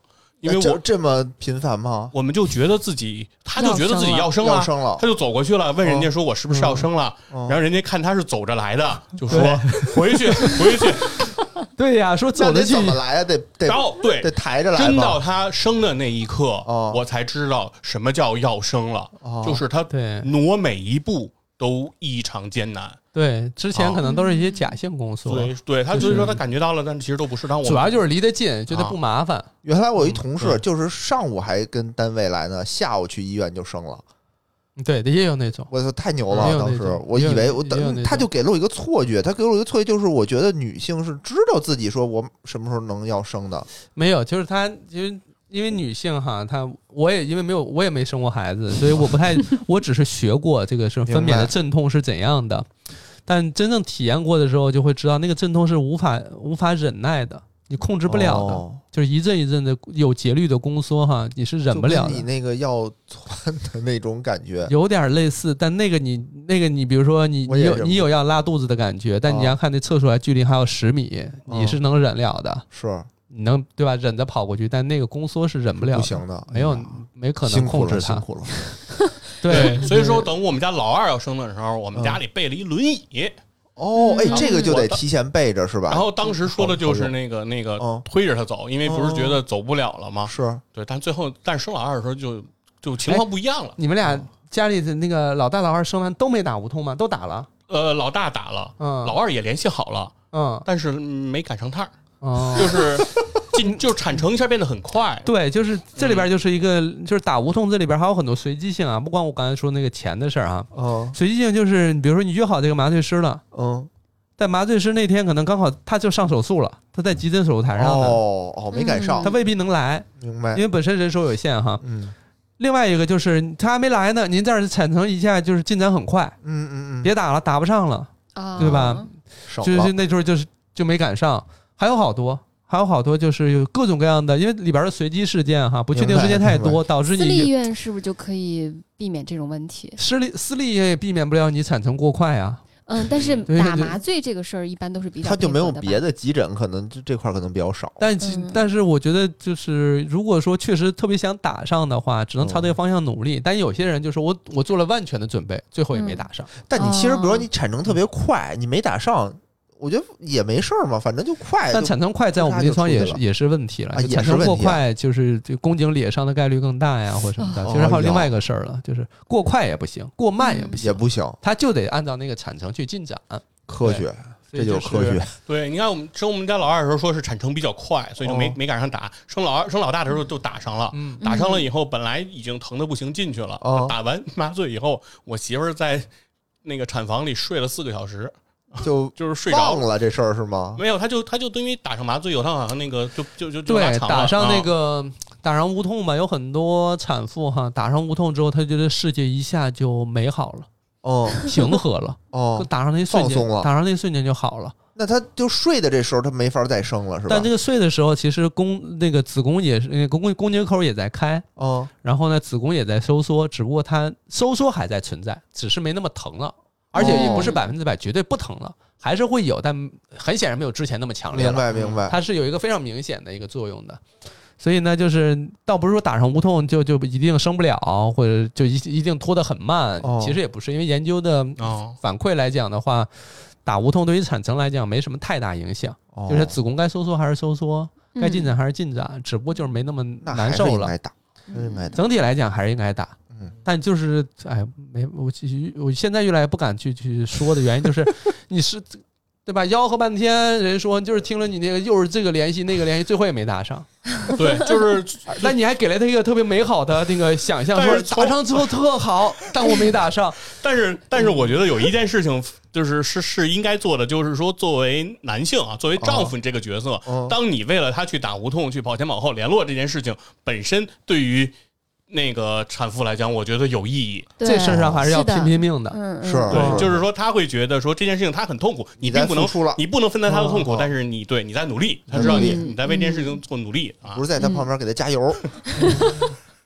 因为我这么频繁吗？ 我们就觉得自己，他就觉得自己要生了， 要生了， 他就走过去了，问人家说我是不是要生了， 嗯、 然后人家看他是走着来的，就说回去回去。 对呀，说走着去怎么来呀？得得， 然后对， 得抬着来。 真到他生的那一刻， 哦、 我才知道什么叫要生了， 哦、 就是他挪每一步都异常艰难。 对，之前可能都是一些假性宫缩。 对，对他就是说他感觉到了，但其实都不是。但我主要就是离得近，觉得不麻烦。 原来我一同事就是上午还跟单位来呢，下午去医院就生了。 对，也有那种， 我操，太牛了！当时我以为我等他就给了我一个错觉，他给我一个错觉，就是我觉得女性是知道自己说我什么时候能要生的。 没有，就是他，因为因为女性哈，她我也因为没有我也没生过孩子，所以我不太，我只是学过这个是分娩的阵痛是怎样的，但真正体验过的时候，就会知道那个阵痛是无法无法忍耐的。你控制不了的，哦、就是一阵一阵的有节律的宫缩哈，你是忍不了的。 你那个要窜的那种感觉有点类似，但那个你那个你比如说你你有你有要拉肚子的感觉，但你要看那测出来距离还有十米，哦、你是能忍了的， 是你能对吧？忍着跑过去，但那个宫缩是忍不了的， 不行的， 没有没可能控制它。 辛苦了， 对， 所以说等我们家老二要生的时候，我们家里备了一轮椅。 哦，哎，这个就得提前备着是吧？ 然后当时说的就是那个那个推着他走，因为不是觉得走不了了吗？ 是对，但最后但生老二的时候就就情况不一样了。 你们俩家里的那个老大老二生完都没打无痛吗？都打了？ 呃，老大打了，嗯，老二也联系好了， 嗯， 但是没赶上趟， 哦， 就是进就是产程一下变得很快。 对，就是这里边就是一个、嗯、就是打无痛，这里边还有很多随机性啊，不光我刚才说那个钱的事儿啊， 哦， 随机性就是比如说你约好这个麻醉师了， 嗯， 但麻醉师那天可能刚好他就上手术了，他在急诊手术台上呢， 哦哦，没赶上， 他未必能来， 明白？ 因为本身人手有限哈， 嗯。 另外一个就是他还没来呢，您这儿产程一下就是进展很快， 嗯嗯嗯， 别打了，打不上了， 啊、 对吧？就是那时候就是就没赶上，还有好多。还有好多就是有各种各样的，因为里边的随机事件哈，不确定事件太多，导致你私立医院是不是就可以避免这种问题？ 私立私立医院也避免不了你产程过快啊。 嗯，但是打麻醉这个事儿一般都是比较， 他就没有别的急诊，可能这块可能比较少。 但、嗯、但是我觉得就是如果说确实特别想打上的话，只能朝这个方向努力。嗯、但有些人就是我我做了万全的准备，最后也没打上。 嗯、但你其实比如说你产程特别快，你没打上。我觉得也没事儿嘛，反正就快。 但产程快在我们临床也是也是问题了，就产程过快就是这宫颈裂伤的概率更大呀，或什么的。其实还有另外一个事儿了，就是过快也不行，过慢也不行， 也不行， 它就得按照那个产程去进展。 科学，这就是科学。 对，你看我们生我们家老二的时候，说是产程比较快，所以就没没赶上打。生老二生老大的时候就打上了，打上了以后，本来已经疼的不行，进去了。打完麻醉以后，我媳妇儿在那个产房里睡了四个小时。 就就是睡着了这事儿是吗？ 没有，他就他就因为打上麻醉以后，他好像那个就就就就对打上那个、啊、打上无痛吧，有很多产妇哈，打上无痛之后，他觉得世界一下就美好了， 哦， 平和了， 哦， 打上那瞬间， 放松了， 打上那瞬间就好了。 那他就睡的这时候，他没法再生了，是吧？ 但这个睡的时候，其实宫那个子宫也是，那个宫宫颈口也在开， 哦， 然后呢，子宫也在收缩，只不过它收缩还在存在，只是没那么疼了。而且也不是百分之百绝对不疼了，还是会有，但很显然没有之前那么强烈了。 明白明白， 它是有一个非常明显的一个作用的。所以呢，就是倒不是说打上无痛就就一定生不了，或者就一一定拖得很慢。 哦、 其实也不是，因为研究的反馈来讲的话，打无痛对于产程来讲没什么太大影响， 哦、 就是子宫该收缩还是收缩，嗯、该进展还是进展，只不过就是没那么难受了。 那还是应该打，应该打。 整体来讲还是应该打。但就是哎，没我我现在越来越不敢去去说的原因就是，你是对吧？吆喝半天，人说就是听了你那个又是这个联系那个联系，最后也没打上。 对，就是但你还给了他一个特别美好的那个想象，说打上之后特好，但我没打上。 但是但是我觉得有一件事情就是是是应该做的，就是说作为男性啊，作为丈夫你这个角色， 哦、 当你为了他去打无痛、去跑前跑后联络这件事情本身，对于那个产妇来讲，我觉得有意义。 这事上还是要拼拼命的， 嗯， 是对，就是说他会觉得说这件事情他很痛苦，你并不能你不能分担他的痛苦，但是你对你在努力，他知道你你在为这件事情做努力啊， 不是在他旁边给他加油。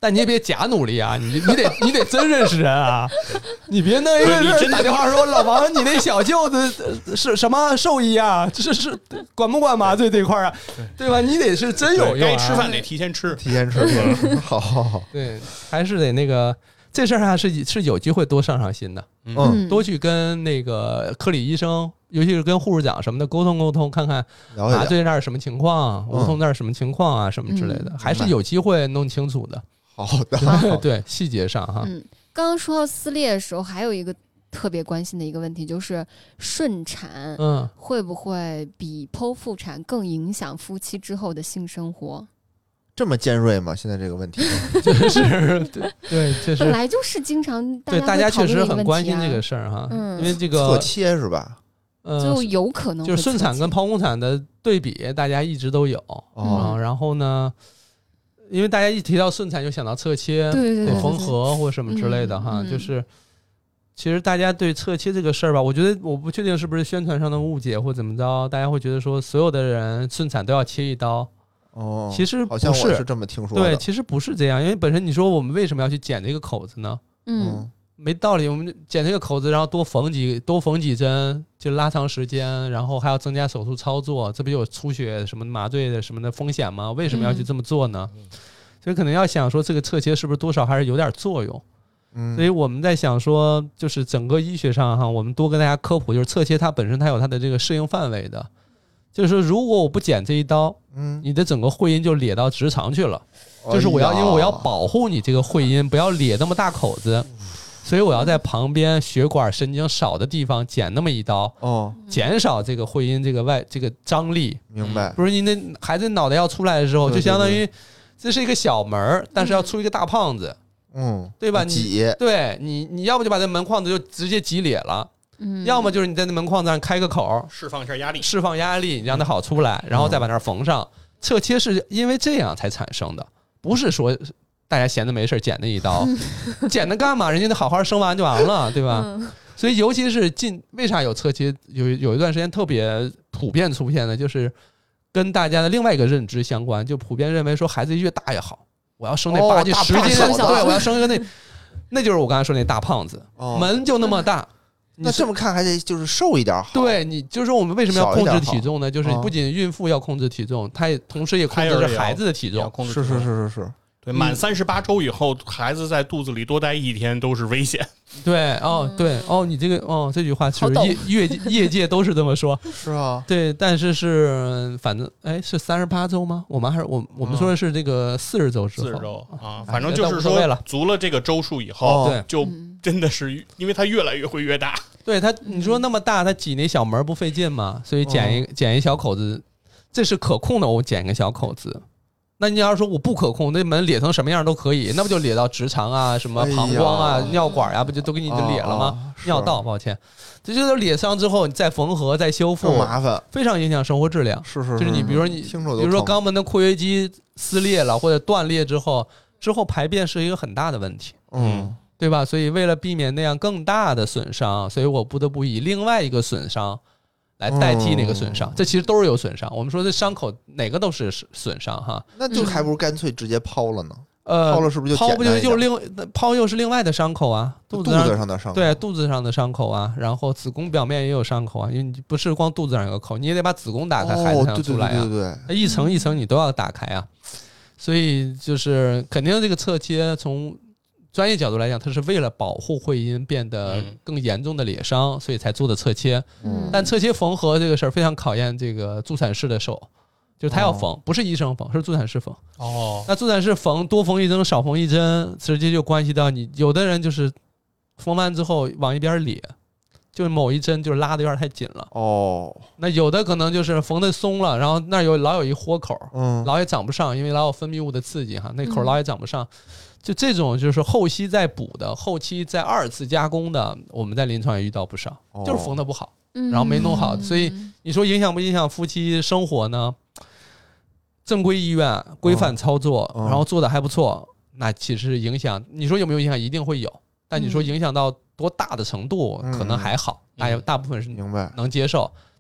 但你也别假努力啊，你你得你得真认识人啊，你别弄一个人打电话说老王，你那小舅子是什么兽医啊？这是是管不管麻醉这块啊？对吧？你得是真有用、啊， 该吃饭得提前吃， 提前吃，提前吃，好好好， 对，还是得那个这事儿还是是有机会多上上心的， 嗯， 多去跟那个科里医生，尤其是跟护士长什么的沟通沟通，看看麻醉那儿什么情况，无痛那儿什么情况啊，什么之类的，还是有机会弄清楚的。 好的， 对细节上哈。 嗯，刚刚说到撕裂的时候，还有一个特别关心的一个问题，就是顺产，嗯，会不会比剖腹产更影响夫妻之后的性生活？ 这么尖锐吗？现在这个问题， 就是对对，就是本来就是经常大家对大家确实很关心这个个事儿哈， 嗯， 因为这个侧切是吧？ 呃， 就有可能就是顺产跟剖宫产的对比，大家一直都有啊、嗯。然后呢，因为大家一提到顺产就想到侧切、 对对对缝合或什么之类的哈， 嗯、 就是其实大家对侧切这个事儿吧，我觉得我不确定是不是宣传上的误解或怎么着，大家会觉得说所有的人顺产都要切一刀。 哦， 其实好像我是这么听说的。 对，其实不是这样，因为本身你说我们为什么要去剪这个口子呢？ 嗯。 没道理，我们剪这个口子，然后多缝几多缝几针，就拉长时间，然后还要增加手术操作，这不有出血什么麻醉的什么的风险吗？为什么要去这么做呢？嗯、所以可能要想说，这个侧切是不是多少还是有点作用？嗯，所以我们在想说，就是整个医学上哈，我们多跟大家科普，就是侧切它本身它有它的这个适应范围的，就是说如果我不剪这一刀，嗯，你的整个会阴就裂到直肠去了，哎、就是我要因为我要保护你这个会阴不要裂那么大口子。所以我要在旁边血管神经少的地方剪那么一刀，哦，减少这个会阴这个外这个张力。 明白？ 不是你那孩子脑袋要出来的时候，就相当于这是一个小门，但是要出一个大胖子，嗯，对吧？ 挤， 对你，你要不就把这门框子就直接挤裂了，嗯，要么就是你在那门框子上开个口， 释放一下压力， 释放压力，你让它好出来，然后再把那儿缝上。侧切是因为这样才产生的，不是说。大家闲着没事剪那一刀，剪它干嘛？人家得好好生完就完了，对吧？嗯、所以尤其是近，为啥有侧切？有有一段时间特别普遍出现的，就是跟大家的另外一个认知相关，就普遍认为说孩子越大越好，我要生那八斤十斤，对，我要生一个那，那就是我刚才说那大胖子，哦、门就那么大。 那这么看还得就是瘦一点好。 对，你就是我们为什么要控制体重呢？就是不仅孕妇要控制体重，它也同时也控制着孩子的体重。 是是是是是。 对，满三十八周以后，孩子在肚子里多待一天都是危险。 对，哦，对，哦，你这个，哦，这句话是业业业界都是这么说。 是啊， 对，但是是反正，哎，是三十八周吗？我们还是我我们说的是这个四十周之后。 四十周啊，反正就是说足了这个周数以后， 对， 就真的是因为它越来越会越大。 对它，你说那么大，它挤那小门不费劲吗？所以剪一剪一小口子，这是可控的。我剪一个小口子。那你要是说我不可控，那门裂成什么样都可以，那不就裂到直肠啊、什么膀胱啊、哎、尿管啊，不就都给你就裂了吗？哦、尿道，抱歉，这就是裂伤之后，你再缝合、再修复， 麻烦， 非常影响生活质量。 是是是， 就是你比如说你，比如说肛门的括约肌撕裂了或者断裂之后，之后排便是一个很大的问题，嗯，对吧？所以为了避免那样更大的损伤，所以我不得不以另外一个损伤。来代替那个损伤，哦、这其实都是有损伤。我们说这伤口哪个都是损伤哈， 那就还不如干脆直接剖了呢。 呃， 抛了是不是就抛不就就是另抛又是另外的伤口啊， 肚子上的伤口， 对，肚子上的伤口啊，然后子宫表面也有伤口啊，因为你不是光肚子上有个口，你也得把子宫打开，孩子才能出来啊， 对对对对， 一层一层你都要打开啊，所以就是肯定这个侧切从专业角度来讲，它是为了保护会阴变得更严重的裂伤，所以才做的侧切。嗯，但侧切缝合这个事儿非常考验这个助产士的手。就是他要缝，哦、不是医生缝，是助产士缝。哦，那助产士缝多缝一针少缝一针，直接就关系到你。有的人就是缝完之后往一边咧，就是某一针就是拉的有点太紧了。哦，那有的可能就是缝的松了，然后那有老有一豁口，嗯，老也长不上，因为老有分泌物的刺激哈，那口老也长不上。嗯、就这种就是后期再补的，后期再二次加工的，我们在临床也遇到不少，哦、就是缝的不好，然后没弄好，嗯、所以你说影响不影响夫妻生活呢？正规医院规范操作，哦、然后做的还不错，那其实影响，你说有没有影响？一定会有，但你说影响到多大的程度，嗯、可能还好，大、嗯、大部分是能接受。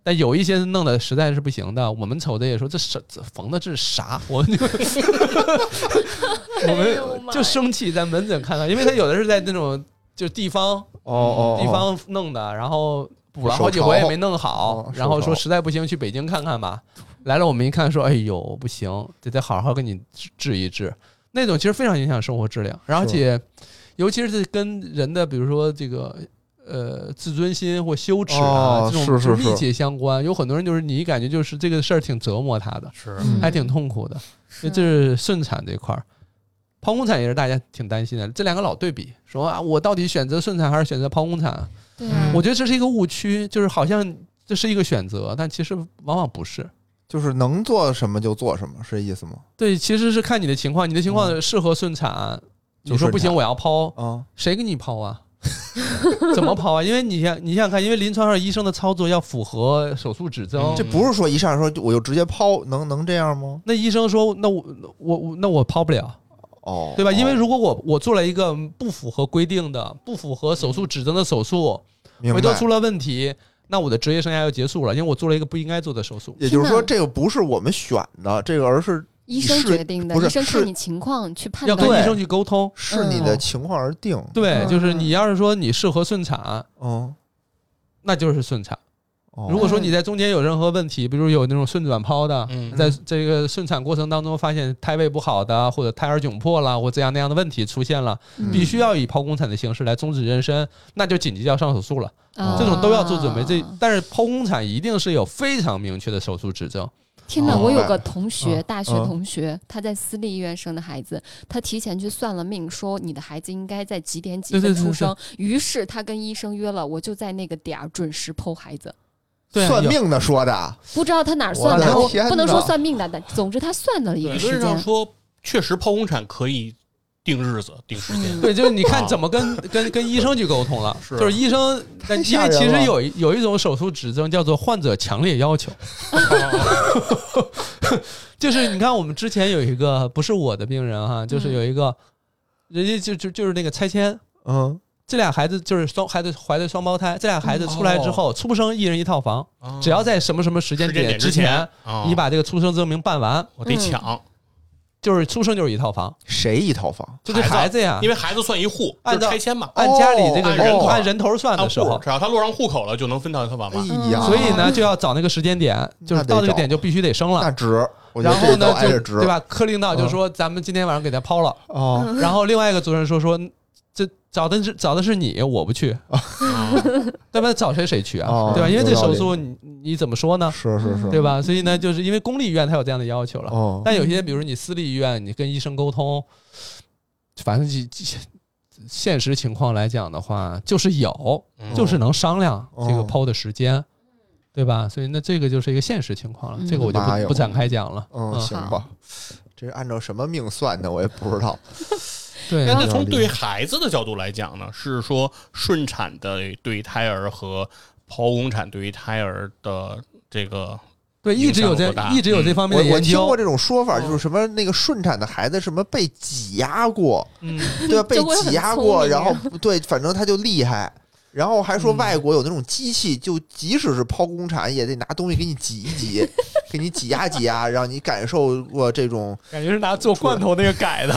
但有一些弄的实在是不行的，我们瞅着也说这是这缝的这是啥，我们就我们就生气，在门诊看到，因为他有的是在那种就地方哦哦， 地方弄的，然后补了好几回也没弄好， 哦然后说实在不行去北京看看吧。来了我们一看说，哎呦不行，得得好好给你治一治。那种其实非常影响生活质量，而且尤其是跟人的比如说这个呃自尊心或羞耻啊、 哦、 这种是是密切相关。有很多人就是你感觉就是这个事儿挺折磨他的， 是还挺痛苦的。 是这是顺产这块儿，剖宫产也是大家挺担心的。这两个老对比说啊，我到底选择顺产还是选择剖宫产？ 对啊， 我觉得这是一个误区，就是好像这是一个选择，但其实往往不是。 就是能做什么就做什么，是这意思吗？ 对，其实是看你的情况，你的情况适合顺产，嗯、你说不行我要剖， 啊， 谁给你剖啊？怎么剖啊？因为你想你想想看，因为临床上医生的操作要符合手术指征， 这不是说一上来说我就直接剖，能能这样吗？ 那医生说，那我我我那我剖不了。 哦， 对吧？因为如果我我做了一个不符合规定的、不符合手术指征的手术，回头出了问题，那我的职业生涯要结束了，因为我做了一个不应该做的手术。 也就是说，这个不是我们选的，这个而是医生决定的， 不是医生看你情况去判断， 要跟医生去沟通， 是你的情况而定。 嗯、对，就是你要是说你适合顺产， 嗯， 那就是顺产。 哦、 如果说你在中间有任何问题，比如有那种顺转剖的， 嗯、 在这个顺产过程当中发现胎位不好的，或者胎儿窘迫了，或这样那样的问题出现了， 嗯、 必须要以剖宫产的形式来终止妊娠，那就紧急要上手术了。 啊、 这种都要做准备。这但是剖宫产一定是有非常明确的手术指征。 天哪！ 哦、 我有个同学， 哦、 大学同学，哦、他在私立医院生的孩子，他提前去算了命，说你的孩子应该在几点几分出生。 对对对对， 于是他跟医生约了，我就在那个点儿准时剖孩子。 对， 算命的说的， 不知道他哪儿算的， 我不能说算命的，但总之他算了一个时间。 理论上说，确实剖宫产可以定日子、定时间。 嗯、 对，就是你看怎么跟、啊、跟跟医生去沟通了， 是就是医生，但因为其实有有一种手术指征叫做患者强烈要求，就是你看我们之前有一个不是我的病人哈，就是有一个、嗯、人家就就就是那个拆迁， 嗯。 这俩孩子就是双孩子怀的双胞胎，这俩孩子出来之后，出生一人一套房， 哦、 只要在什么什么时间点之前， 哦、 你把这个出生证明办完， 我得抢、 嗯，就是出生就是一套房， 谁一套房？ 就是孩子呀， 因为孩子算一户， 按就是拆迁嘛， 按家里这个人、 哦、 按人头算的时候， 只要他落上户口了，就能分到一套房嘛。 哎呀， 所以呢，就要找那个时间点，就是到这个点就必须得生了， 那值。 然后呢，就值对吧？科领导就说，咱们今天晚上给他抛了。 哦， 然后另外一个主任说说。这找的是找的是你，我不去，对吧？找谁谁去啊？ 哦、 对吧？因为这手术你你怎么说呢？ 是是是， 对吧？所以呢，就是因为公立医院它有这样的要求了。 哦、 但有些比如你私立医院，你跟医生沟通，反正现实情况来讲的话，就是有， 嗯、 就是能商量这个哦、 剖的时间，对吧？所以那这个就是一个现实情况了， 嗯、 这个我就 不, 不展开讲了。 嗯， 嗯行吧，这是按照什么命算的，我也不知道。 对， 那从对孩子的角度来讲呢，是说顺产的对胎儿和剖宫产对于胎儿的这个对一直有这一直有这方面的研究。 我我听过这种说法，就是什么那个顺产的孩子什么被挤压过， 嗯， 对吧？被挤压过，然后对，反正他就厉害。然后还说外国有那种机器，就即使是剖宫产，也得拿东西给你挤一挤，给你挤压挤压，让你感受过这种感觉是拿做罐头那个改的。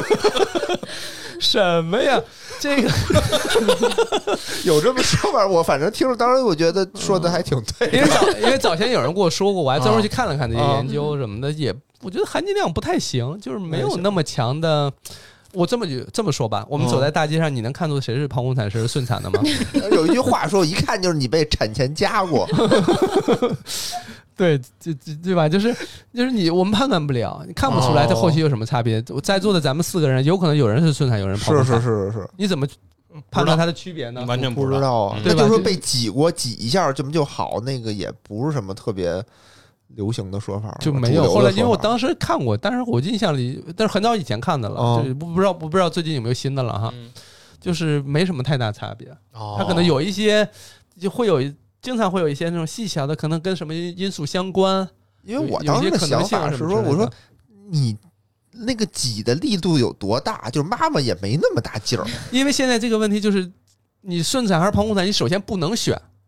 什么呀？这个有这么说法？我反正听着，当时我觉得说的还挺对的。 因为早因为早前有人跟我说过，我还专门去看了看这些研究什么的，也我觉得含金量不太行，就是没有那么强的。我这么这么说吧，我们走在大街上，你能看出谁是剖宫产，谁是顺产的吗？ 有一句话说，一看就是你被产前夹过。 对，这这对吧？就是就是你，我们判断不了，你看不出来这后期有什么差别。我在座的咱们四个人，有可能有人是顺产，有人剖宫产， 是是是是， 你怎么判断它的区别呢？ 完全不知道啊。 对吧？ 就是说被挤过挤一下，这么就好，那个也不是什么特别流行的说法， 就没有。后来因为我当时看过，但是我印象里，但是很早以前看的了， 哦、 就不不知道不知道最近有没有新的了哈。 嗯、 就是没什么太大差别， 哦、 它可能有一些就会有经常会有一些那种细小的，可能跟什么因素相关。 因为我当时的想法是说，我说你那个挤的力度有多大，就是妈妈也没那么大劲儿。 因为现在这个问题就是，你顺产还是剖宫产，你首先不能选。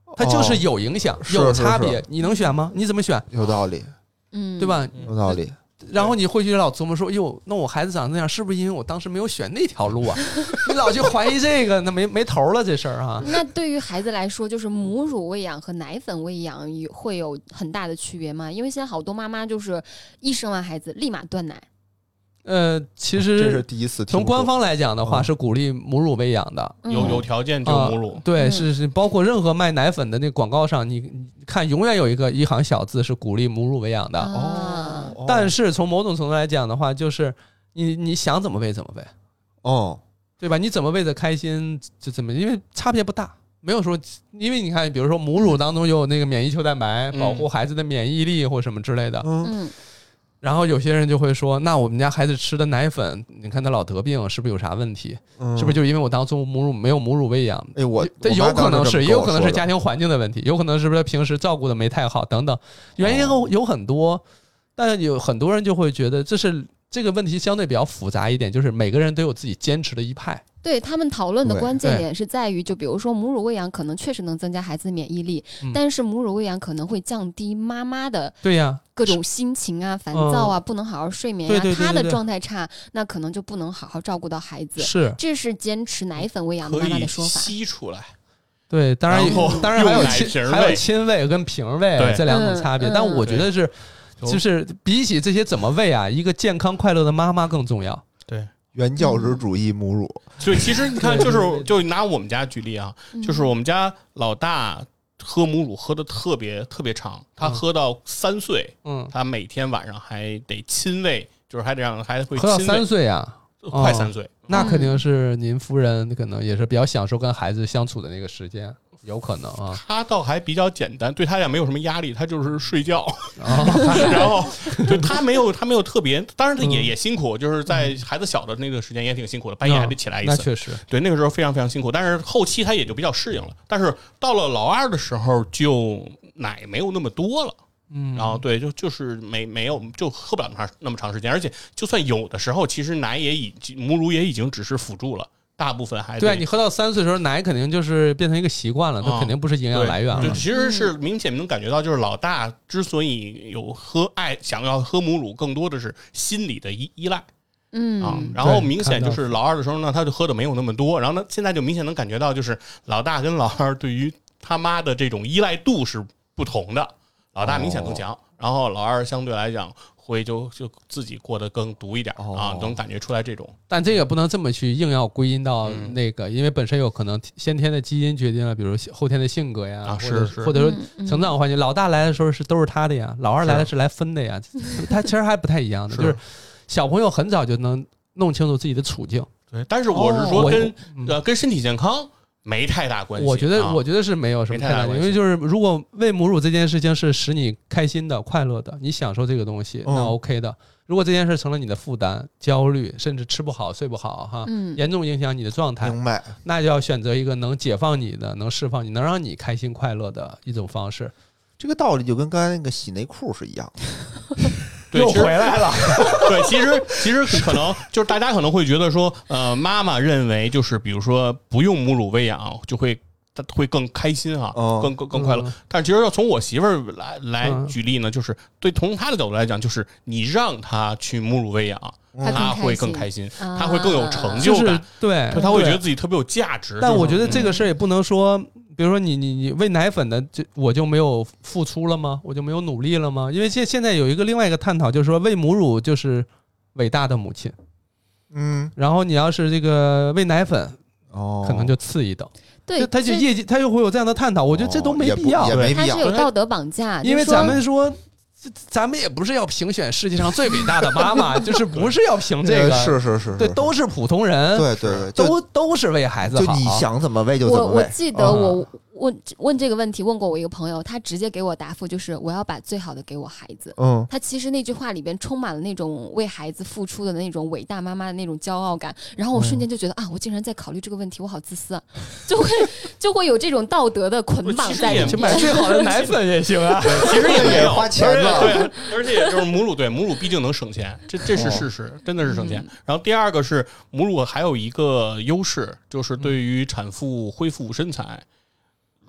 它就是有影响， 是有差别。 是是你能选吗？你怎么选？ 有道理， 嗯， 对吧？ 有道理。 然后你会去老琢磨说，哟，那我孩子长那样，是不是因为我当时没有选那条路啊？你老去怀疑这个，那没没头了这事儿啊。 那对于孩子来说，就是母乳喂养和奶粉喂养有会有很大的区别吗？因为现在好多妈妈就是一生完孩子立马断奶。 呃，其这是实第一次听说。 从官方来讲的话， 嗯是鼓励母乳喂养的。 有有条件就母乳啊，对， 嗯是是，包括任何卖奶粉的那个广告上，你你看永远有一个一行小字是鼓励母乳喂养的。 啊， 哦， 但是从某种程度来讲的话，就是你你想怎么喂怎么喂， 哦， 对吧？你怎么喂的开心就怎么，因为差别不大，没有说，因为你看，比如说母乳当中有那个免疫球蛋白， 嗯保护孩子的免疫力或什么之类的。 嗯嗯， 然后有些人就会说，那我们家孩子吃的奶粉，你看他老得病，是不是有啥问题？ 嗯， 是不是就因为我当初母乳没有母乳喂养？ 哎，我这有我妈可能是， 当时这么也有可能是跟我说的家庭环境的问题，有可能是不是平时照顾的没太好等等，原因有有很多。但是有很多人就会觉得这是这个问题相对比较复杂一点，就是每个人都有自己坚持的一派。 对他们讨论的对关键对点是在于，就比如说母乳喂养可能确实能增加孩子免疫力， 嗯但是母乳喂养可能会降低妈妈的对呀， 各种心情啊、烦躁啊，不能好好睡眠对呀、她的对对对对状态差，那可能就不能好好照顾到孩子。 是这是坚持奶粉喂养的可以妈妈的说法。 吸出来， 对，当然然后当然还有用奶亲瓶喂还有亲喂跟瓶喂对这两种差别， 嗯但我觉得是对就是比起这些怎么喂啊，一个健康快乐的妈妈更重要。 对。 原教旨主义母乳， 所以其实你看，就是就拿我们家举例啊， 嗯就是我们家老大喝母乳喝的特别特别长，他喝到三岁， 嗯， 他每天晚上还得亲喂，就是还得让还会喝到三亲喂， 岁啊， 快三岁。 那肯定是您夫人可能也是比较享受跟孩子相处的那个时间，有可能啊。 他倒还比较简单，对他也没有什么压力，他就是睡觉， 啊然后对他没有他没有特别，当然他也嗯也辛苦，就是在孩子小的那个时间也挺辛苦的，半夜还得起来一次， 那确实， 对，那个时候非常非常辛苦，但是后期他也就比较适应了。但是到了老二的时候，就奶没有那么多了。 嗯， 然后对，就就是没没有就喝不了那么长那么长时间，而且就算有的时候，其实奶也已经母乳也已经只是辅助了，大部分还得对你喝到三岁的时候，奶肯定就是变成一个习惯了，它啊肯定不是营养来源对， 了。 其实是明显能感觉到，就是老大之所以有喝爱想要喝母乳，更多的是心理的依依赖。 嗯啊，然后对明显就看是老二的时候呢，他就喝的没有那么多，然后呢，现在就明显能感觉到，就是老大跟老二对于他妈的这种依赖度是不同的，老大明显更强，然后老二相对来讲会就就自己过得更独一点哦啊，能感觉出来这种。 但这个不能这么去硬要归因到嗯那个，因为本身有可能先天的基因决定了，比如后天的性格呀， 啊或者是是或者说嗯嗯成长环境。老大来的时候是都是他的呀，老二来的是来分的呀，他其实还不太一样的， 是就是小朋友很早就能弄清楚自己的处境。 对，但是我是说哦跟、 嗯呃跟身体健康没太大关系。 我觉得， 啊我觉得是没有什么太大的， 没太大关系因为就是如果喂母乳这件事情是使你开心的、快乐的，你享受这个东西， 嗯那 OK 的。如果这件事成了你的负担、焦虑，甚至吃不好、睡不好，哈， 嗯严重影响你的状态， 明白？ 那就要选择一个能解放你的、能释放你、能让你开心快乐的一种方式。 这个道理就跟刚才那个洗内裤是一样的。 对，其实来了， 对，其实其实可能就是大家可能会觉得说，呃，妈妈认为就是比如说不用母乳喂养就会。他会更开心哈、 哦更更更快乐。 嗯但其实要从我媳妇儿来来嗯举例呢，就是对从她的角度来讲，就是你让她去母乳喂养， 她更她会更开开心， 啊她会更有成就是就感， 对， 她会觉得对。 自己特别有价值。 但我觉就是得这个事儿也不能说，比如说你你你喂奶粉的，就我就没有付出了吗？我就没有努力了吗？因为现现在有一个另外一个探讨，就是说喂母乳就是伟大的母亲， 嗯， 然后你要是这个喂奶粉， 哦， 可能就次一等。 对，这他就业绩，他又会有这样的探讨，我觉得这都没哦也不必要也，没必要它是。有道德绑架， 因为就是说咱们说。这咱们也不是要评选世界上最伟大的妈妈，就是不是要评这个， 呃是是是， 对， 是都是普通人， 对对对，就都都是为孩子好。 就你想怎么喂就怎么我我喂。 记得啊我问问这个问题问过我一个朋友，他直接给我答复就是我要把最好的给我孩子。 嗯， 他其实那句话里边充满了那种为孩子付出的那种伟大妈妈的那种骄傲感，然后我瞬间就觉得、啊，我竟然在考虑这个问题，我好自私啊，就会就会有这种道德的捆绑在里其实面。 去买最好的奶粉也行啊。 其实也没有花钱了对，而且就是母乳，对母乳毕竟能省钱，这这是事实，真的是省钱。然后第二个是母乳还有一个优势，就是对于产妇恢复身材，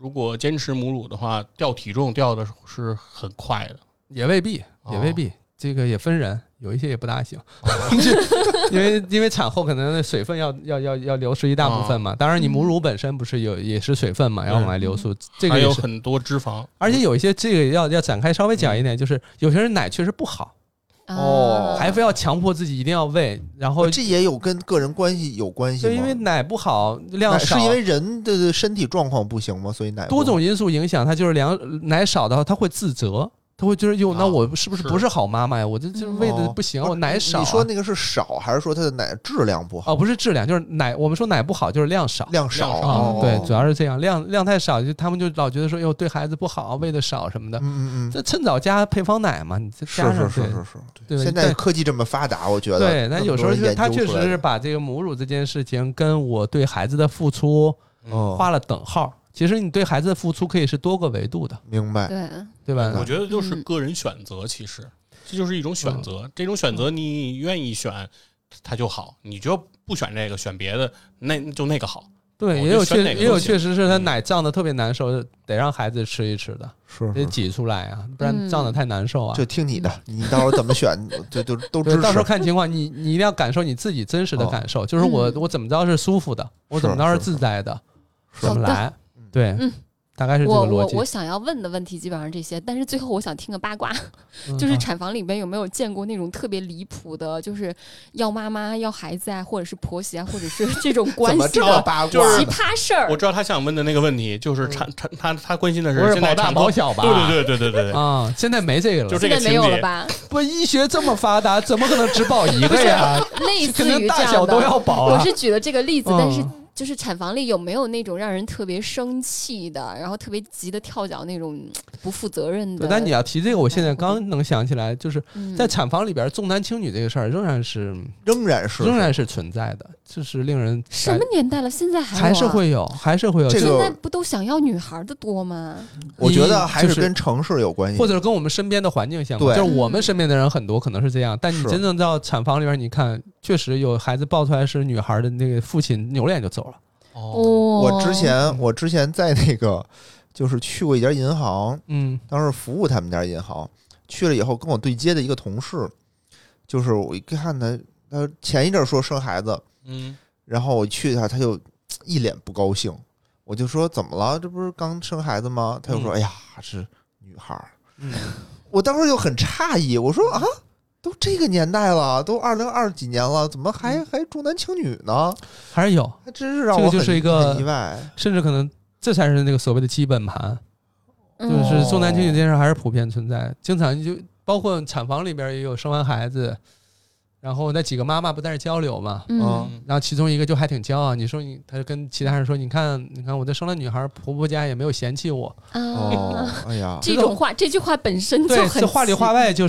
如果坚持母乳的话，掉体重掉的是很快的， 也未必，也未必，哦、这个也分人，有一些也不大行，哦、因为因为产后可能水分要要要要流失一大部分嘛。哦、当然，你母乳本身不是有也是水分嘛，要往外流出，这个还有很多脂肪， 而且有一些这个要要展开稍微讲一点，就是有些人奶确实不好。 哦， 还非要强迫自己一定要喂，然后这也有跟个人关系有关系吗？ 对，因为奶不好，量少， 是因为人的身体状况不行吗？所以奶多种因素影响，它就是量奶少的话，他会自责，他会觉得哟，那我是不是不是好妈妈呀？我这这喂的不行，我奶少。 你说那个是少，还是说它的奶质量不好？ 哦，不是质量，就是奶。我们说奶不好，就是量少， 量少啊。对，主要是这样，量量太少，就他们就老觉得说，哟，对孩子不好，喂的少什么的。 嗯嗯嗯。 这趁早加配方奶嘛，你再加上是是是是对。 现在科技这么发达，我觉得对。那有时候他确实是把这个母乳这件事情跟我对孩子的付出画了等号。其实你对孩子的付出可以是多个维度的， 明白？ 对对吧？ 我觉得就是个人选择，其实这就是一种选择。嗯、这种选择你愿意选，它就好；你就不选这个，选别的，那就那个好。 对，也有确也有确实是他奶胀的特别难受，得让孩子吃一吃的， 是得挤出来啊，不然胀的太难受啊。 就听你的，你到时候怎么选，就就都支持。 到时候看情况，你你一定要感受你自己真实的感受，就是我我怎么着是舒服的，我怎么着是自在的，怎么来。对，嗯，大概是这个逻辑。 我我我想要问的问题基本上这些，但是最后我想听个八卦， 嗯、 就是产房里边有没有见过那种特别离谱的，就是要妈妈、要孩子啊，或者是婆媳啊，或者是这种关系的八卦奇葩事儿。 我知道他想问的那个问题，就是产产他他关心的是现在大保小吧？ 对对对对对对啊，现在没这个了， 就这个现在没有了吧？ 不，医学这么发达，怎么可能只保一个呀？ 类似于这样的， 大小都要保啊。 我是举了这个例子， 嗯、 但是。就是产房里有没有那种让人特别生气的，然后特别急的跳脚那种不负责任的？ 但你要提这个，我现在刚能想起来，就是在产房里边重男轻女这个事儿，仍然是仍然是仍然是存在的，就是令人什么年代了，现在还有、啊、 还是会有，还是会有。 这个现在不都想要女孩的多吗？ 我觉得还是跟城市有关系， 或者跟我们身边的环境相关。就是我们身边的人很多可能是这样，但你真正到产房里边，你看，确实有孩子抱出来是女孩的那个父亲扭脸就走了。 哦， 我之前我之前在那个就是去过一家银行， 嗯， 当时服务他们家银行，去了以后跟我对接的一个同事，就是我一看他，他前一阵说生孩子， 嗯， 然后我去他，他就一脸不高兴，我就说怎么了？这不是刚生孩子吗？他就说、嗯、哎呀是女孩， 嗯， 我当时就很诧异，我说啊。都这个年代了，都二零二几年了，怎么还、嗯、还重男轻女呢？ 还是有， 还真是让我很、 这个就是一个意外， 甚至可能这才是那个所谓的基本盘， 嗯、 就是重男轻女这件事还是普遍存在。经常就包括产房里边也有生完孩子，然后那几个妈妈不在这交流嘛， 嗯， 然后其中一个就还挺骄傲，你说你，他就跟其他人说，你看，你看我这生了女孩，婆婆家也没有嫌弃我。 哦，哎呀， 这种话，这句话本身就很对，这话里话外就是。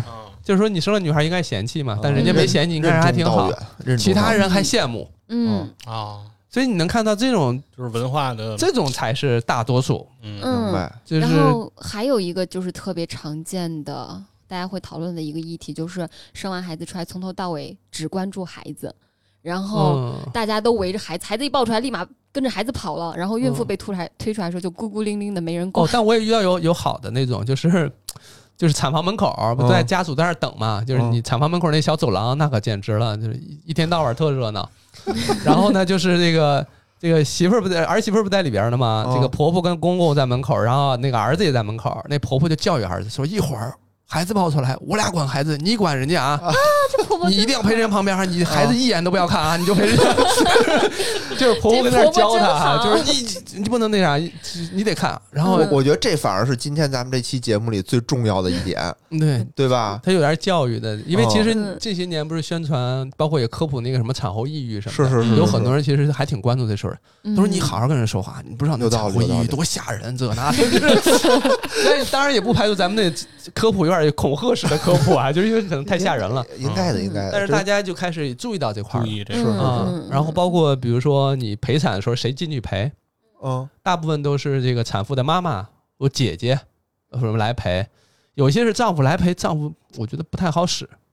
就是说你生了女孩应该嫌弃嘛，但人家没嫌弃，你看人还挺好，其他人还羡慕， 嗯啊， 所以你能看到这种就是文化的这种才是大多数， 嗯，明白。 就是然后还有一个就是特别常见的，大家会讨论的一个议题，就是生完孩子出来，从头到尾只关注孩子，然后大家都围着孩子，孩子一抱出来立马跟着孩子跑了，然后孕妇被推出来推出来的时候就孤孤零零的没人管。 哦，但我也遇到有有好的那种，就是。就是产房门口不都在家属在那儿等嘛、嗯、就是你产房门口那小走廊那可简直了，就是一天到晚特热闹然后呢就是这个这个媳妇儿不在，儿媳妇儿不在里边呢吗、嗯、这个婆婆跟公公在门口，然后那个儿子也在门口，那婆婆就教育儿子说一会儿孩子抱出来我俩管孩子，你管人家啊， 啊这婆婆你一定要陪人家旁边，你孩子一眼都不要看啊，你就陪人家就是婆婆跟那教他，就是你你不能那啥，你得看。然后我觉得这反而是今天咱们这期节目里最重要的一点， 对对吧？ 他有点教育的，因为其实这些年不是宣传，包括也科普那个什么产后抑郁什么的， 是是是， 有很多人其实还挺关注这事儿，都说你好好跟人说话，你不知道那产后抑郁多吓人，这那。那当然也不排除咱们的科普有点恐吓式的科普啊，就是因为可能太吓人了， 应该的应该的。 但是大家就开始注意到这块儿， 是是啊。然后包括比如说你陪产的时候谁进去陪， 嗯， 大部分都是这个产妇的妈妈、我姐姐什么来陪，有些是丈夫来陪，丈夫我觉得不太好使。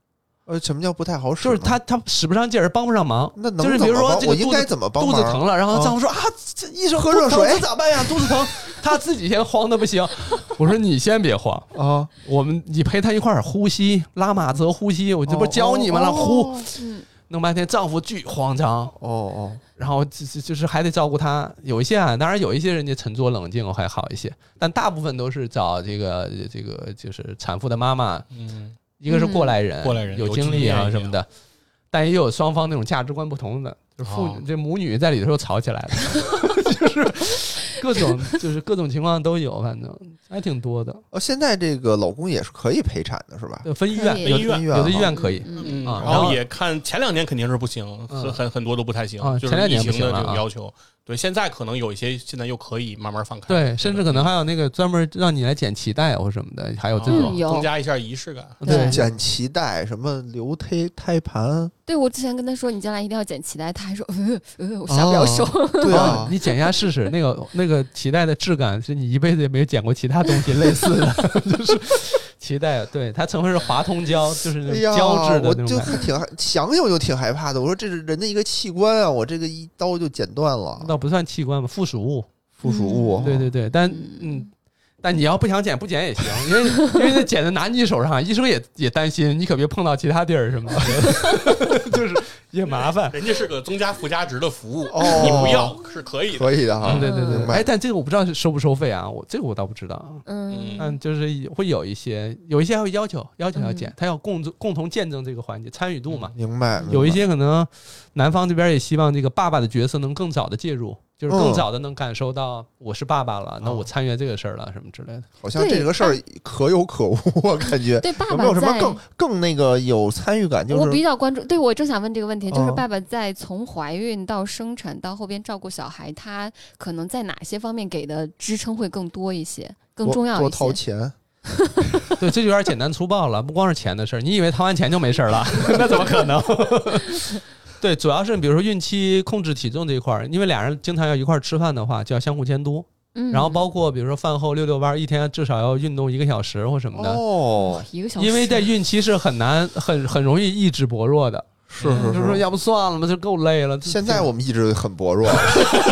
呃，什么叫不太好使？ 就是他他使不上劲儿，帮不上忙。 那能就是比如说这个我应该怎么帮忙？ 肚子疼了，然后丈夫说啊，这医生喝热水咋办呀？肚子疼，他自己先慌的不行。我说你先别慌啊， 我们你陪他一块儿呼吸，拉马泽呼吸，我这不教你们了，呼， 嗯， 弄半天，丈夫巨慌张。 哦哦， 然后就就是还得照顾他，有一些啊，当然有一些人家沉着冷静还好一些，但大部分都是找这个这个就是产妇的妈妈， 嗯， 一个是过来人， 过来人有经历啊什么的，但也有双方那种价值观不同的，就是父、哦、这母女在里头吵起来了，就是各种就是各种情况都有，反正还挺多的。 哦，现在这个老公也是可以陪产的，是吧？ 对，分医院，有的有的医院可以， 嗯，啊、然后也看前两年肯定是不行，很、嗯、很很多都不太行， 啊、 就是疫情的这种要求。啊、对，现在可能有一些现在又可以慢慢放开， 对，甚至可能还有那个专门让你来剪脐带或什么的，还有这种、 嗯、 增加一下仪式感。 对， 剪脐带，什么留胎胎盘。 对，我之前跟他说你将来一定要剪脐带，他还说呃呃，我下不了手。 哦、对啊， 你剪一下试试，那个那个脐带的质感是你一辈子也没有剪过其他东西类似的，就是脐带，对，它成分是滑通胶，就是那种胶质的那种、哎、 我就挺想想我就挺害怕的。我说这是人的一个器官啊，我这个一刀就剪断了。 倒不算器官吧，附属物， 附属物。 嗯、对对对，但嗯。但你要不想剪不剪也行，因为因为那剪子拿你手上，医生也也担心，你可别碰到其他地儿什么的，就是也麻烦。 人家是个增加附加值的服务， 哦、 你不要是可以的， 可以的哈。 嗯、对对对，哎，但这个我不知道是收不收费啊，我这个我倒不知道。 嗯， 但就是会有一些，有一些还会要求要求要剪，他要共共同见证这个环节，参与度嘛。 明白。 有一些可能男方这边也希望这个爸爸的角色能更早的介入。就是更早的能感受到我是爸爸了，嗯、那我参与这个事儿了，什么之类的。 好像这个事儿可有可无，我感觉。 对，爸爸有没有什么更更那个有参与感？就是我比较关注，对我正想问这个问题，就是爸爸在从怀孕到生产到后边照顾小孩，他可能在哪些方面给的支撑会更多一些，更重要一些？ 多掏钱。 对，这就有点简单粗暴了，不光是钱的事儿。你以为掏完钱就没事了？那怎么可能？对，主要是比如说孕期控制体重这一块儿，因为俩人经常要一块儿吃饭的话，就要相互监督。嗯，然后包括比如说饭后溜溜弯，一天至少要运动一个小时或什么的。 哦， 一个小时。 因为在孕期是很难、很很容易意志薄弱的。 是是是， 就是说要不算了吧，就够累了。 现在我们意志很薄弱。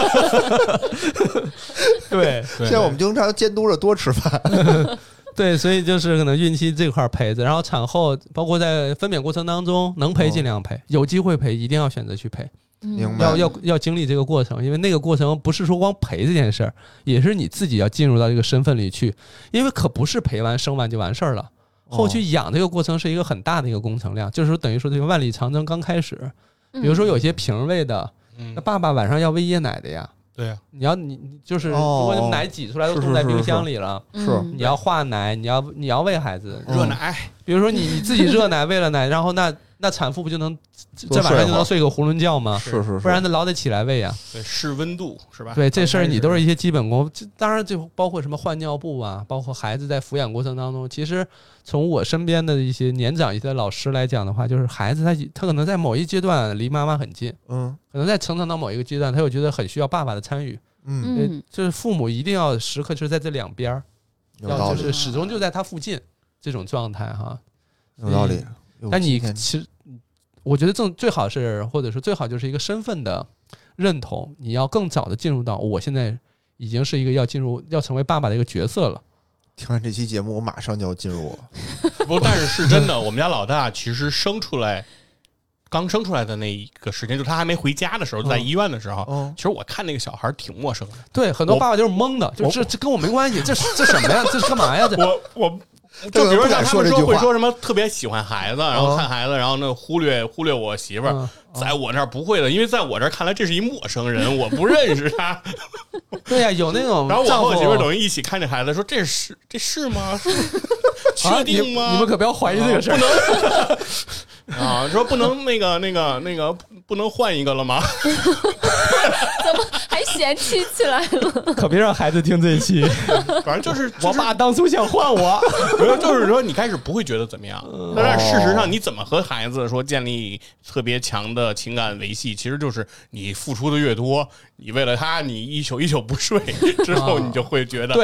对， 现在我们经常监督着多吃饭。 对，所以就是可能孕期这块陪着，然后产后包括在分娩过程当中能陪尽量陪，哦、有机会陪一定要选择去陪， 明白？ 要要要经历这个过程，因为那个过程不是说光陪这件事儿，也是你自己要进入到这个身份里去，因为可不是陪完生完就完事儿了，后续养这个过程是一个很大的一个工程量，就是说等于说这个万里长征刚开始，比如说有些平喂的，嗯、那爸爸晚上要喂夜奶的呀。 对呀、啊， 你要你就是如果你奶挤出来都冻在冰箱里了， 是，是，是，是你要化奶，你要你要喂孩子热奶， 比如说你你自己热奶喂了奶，然后那那产妇不就能这晚上就能睡个囫囵觉吗？ 是是是， 不然他老得起来喂呀。 对，试温度是吧？ 对，这事儿你都是一些基本功，当然就包括什么换尿布啊，包括孩子在抚养过程当中，其实从我身边的一些年长一些的老师来讲的话，就是孩子他他可能在某一阶段离妈妈很近，嗯，可能在成长到某一个阶段，他又觉得很需要爸爸的参与。嗯，就是父母一定要时刻就是在这两边，要就是始终就在他附近这种状态哈， 有道理。 但你其实我觉得正最好是，或者说最好就是一个身份的认同，你要更早的进入到我现在已经是一个要进入要成为爸爸的一个角色了。 听完这期节目，我马上就要进入了。 不，但是是真的，我们家老大其实生出来。刚生出来的那一个时间，就他还没回家的时候，就在医院的时候，嗯、其实我看那个小孩挺陌生的。 对，很多爸爸就是懵的，就这这跟我没关系，这这什么呀？这是干嘛呀？这我我就比如说他们说会说什么特别喜欢孩子，然后看孩子，然后那忽略忽略我媳妇儿，嗯、在我这儿不会的，因为在我这儿看来这是一陌生人，我不认识他。 对呀、啊，有那种， 然后我和我媳妇儿等于一起看这孩子，说这是这是吗？确定吗、 啊你？你们可不要怀疑这个事儿。 不能啊，说不能那个那个那个不能换一个了吗？ 怎么还嫌弃起来了？ 可别让孩子听这一期。 反正就是、就是、 我爸当初想换我， 不是就是说你开始不会觉得怎么样，但是事实上你怎么和孩子说建立特别强的情感维系，其实就是你付出的越多，你为了他你一宿一宿不睡之后，你就会觉得、 对。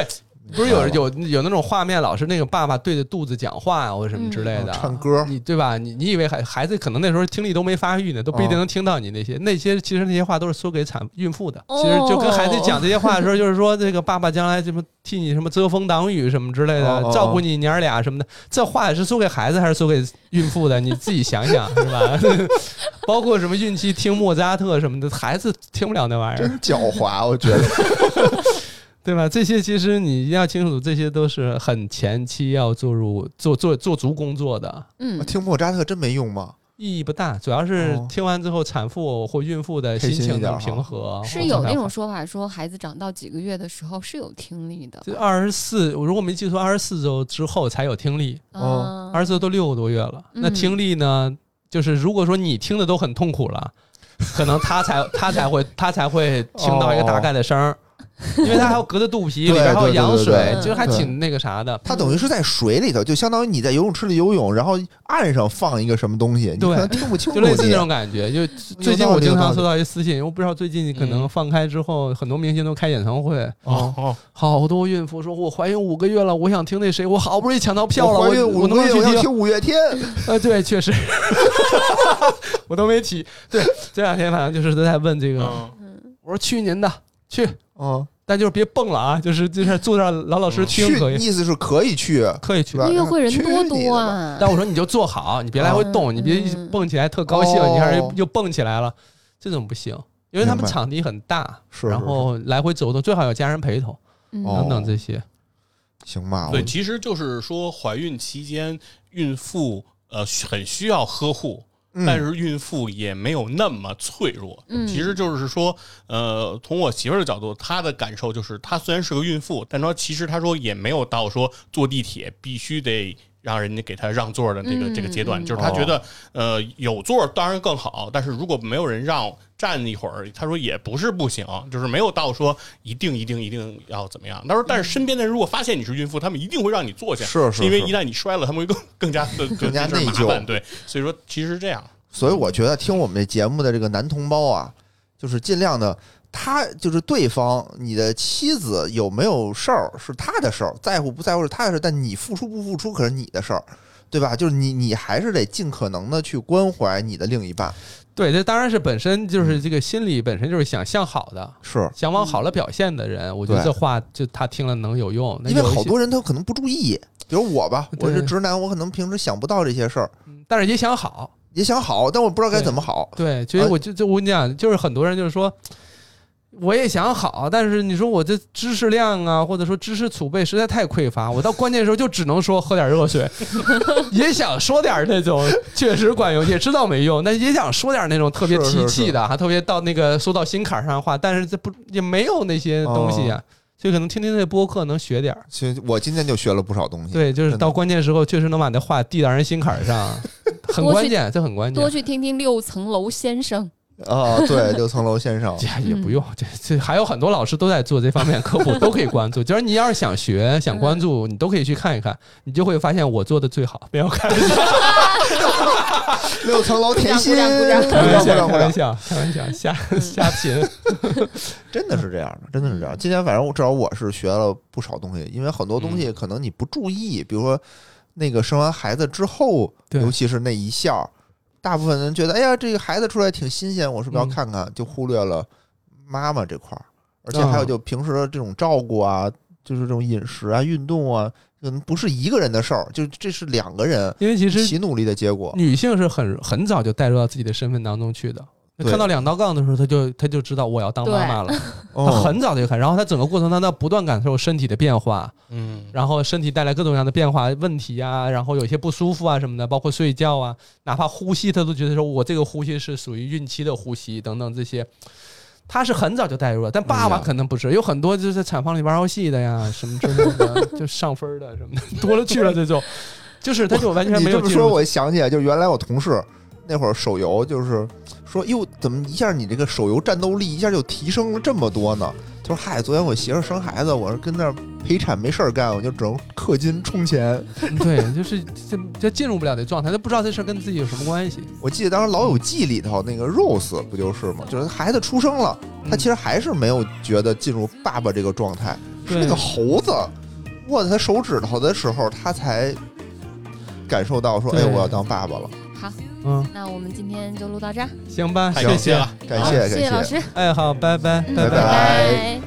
不是有有有那种画面，老是那个爸爸对着肚子讲话呀，或者什么之类的， 嗯、唱歌， 你对吧？你你以为孩孩子可能那时候听力都没发育呢，都不一定能听到你那些、哦、那些，其实那些话都是说给产孕妇的。其实就跟孩子讲这些话的时候，就是说这个爸爸将来什么替你什么遮风挡雨什么之类的，哦、照顾你娘俩什么的，这话是说给孩子还是说给孕妇的？你自己想想是吧？包括什么孕期听莫扎特什么的，孩子听不了那玩意儿， 真狡猾，我觉得。 对吧？这些其实你一定要清楚，这些都是很前期要做入做做做足工作的。 嗯， 听莫扎特真没用吗？ 意义不大，主要是听完之后，产妇或孕妇的心情能平和。 是有那种说法，说孩子长到几个月的时候是有听力的。 这二十四，我如果没记错，二十四周之后才有听力。 哦， 二十四都六个多月了，那听力呢？就是如果说你听的都很痛苦了，可能他才他才会他才会听到一个大概的声儿。因为它还要隔着肚皮，里边还有羊水，就还挺那个啥的。 它等于是在水里头，就相当于你在游泳池里游泳，然后岸上放一个什么东西，你可能听不清楚， 就类似那种感觉。就最近我经常收到一些私信，我不知道最近可能放开之后，很多明星都开演唱会。哦，好多孕妇说，我怀孕五个月了，我想听那谁，我好不容易抢到票了， 我怀孕五个月我想听五月天。 呃，对，确实，我都没提。对，这两天反正就是都在问这个，我说去年的去。哦，但就是别蹦了啊！就是就是坐那老老实听可以， 意思是可以去， 可以去。 音乐会人多多啊！ 但我说你就坐好，你别来回动，嗯、你别蹦起来特高兴，哦、你还是又蹦起来了，这种不行，因为他们场地很大， 是然后来回走动，最好有家人陪同， 嗯、 等等这些。 行吧？ 对，其实就是说怀孕期间，孕妇呃很需要呵护。但是孕妇也没有那么脆弱， 嗯， 其实就是说，呃，从我媳妇儿的角度，她的感受就是，她虽然是个孕妇，但说其实她说也没有到说坐地铁必须得让人家给她让座的这个、嗯、这个阶段，就是她觉得，呃，有座当然更好，但是如果没有人让站一会儿，她说也不是不行，就是没有到说一定一定一定要怎么样。她说，但是身边的人如果发现你是孕妇，他们一定会让你坐下， 是是， 因为一旦你摔了，他们会更更加更更加内疚， 对，所以说其实是这样。 所以我觉得听我们这节目的这个男同胞啊，就是尽量的，他就是对方你的妻子有没有事儿是他的事儿，在乎不在乎是他的事儿，但你付出不付出可是你的事儿，对吧？就是你你还是得尽可能的去关怀你的另一半。 对，这当然是本身就是这个心理本身就是想向好的， 是想往好了表现的人，我觉得这话就他听了能有用。 因为好多人他可能不注意，比如我吧，我是直男，我可能平时想不到这些事儿， 但是也想好。 也想好，但我不知道该怎么好。 对，所以我就就我跟你讲，就是很多人就是说，我也想好，但是你说我这知识量啊，或者说知识储备实在太匮乏，我到关键时候就只能说喝点热水，也想说点那种确实管用，也知道没用，但也想说点那种特别提气的，还特别到那个说到心坎上的话，但是这不也没有那些东西啊。哦，所以可能听听这播客能学点。 其实我今天就学了不少东西。 对，就是到关键时候确实能把那话递到人心坎上，很关键，这很关键。 多去听听六层楼先生。 啊，对，六层楼先生也不用，这这还有很多老师都在做这方面科普，都可以关注。就是你要是想学、想关注，你都可以去看一看，你就会发现我做的最好。没有开玩笑， 六层楼甜心， 开玩笑，开玩笑，开玩笑，瞎瞎贫， 真的是这样的，真的是这样。今天反正至少我是学了不少东西，因为很多东西可能你不注意，比如说那个生完孩子之后，尤其是那一下。大部分人觉得，哎呀，这个孩子出来挺新鲜，我是不是要看看？就忽略了妈妈这块儿，而且还有就平时的这种照顾啊，就是这种饮食啊、运动啊，可能不是一个人的事儿，就这是两个人， 因为其实一起努力的结果。 女性是很很早就带入到自己的身份当中去的。看到两道杠的时候，他就他就知道我要当妈妈了。他很早就看，然后他整个过程当中不断感受身体的变化，嗯，然后身体带来各种各样的变化问题啊，然后有些不舒服啊什么的，包括睡觉啊，哪怕呼吸，他都觉得说我这个呼吸是属于孕期的呼吸等等这些，他是很早就带入了。但爸爸可能不是，有很多就是在产房里玩游戏的呀，什么之类的，就上分的什么的多了去了，这种就是他就完全没有。 你这么说，我想起来，就原来我同事那会儿手游就是说，哟，怎么一下你这个手游战斗力一下就提升了这么多呢？他说，嗨，昨天我媳妇生孩子，我是跟那儿陪产没事儿干，我就只能氪金充钱。对，就是这这进入不了这状态，他不知道这事跟自己有什么关系。 我记得当时《老友记》里头那个 Rose 不就是吗？就是孩子出生了，他其实还是没有觉得进入爸爸这个状态，是那个猴子。 握在他手指头的时候，他才感受到说，哎，我要当爸爸了。 好， 嗯， 那我们今天就录到这儿。 行吧， 太谢感谢了。 感谢感谢谢老师， 哎，好，拜拜， 嗯拜拜拜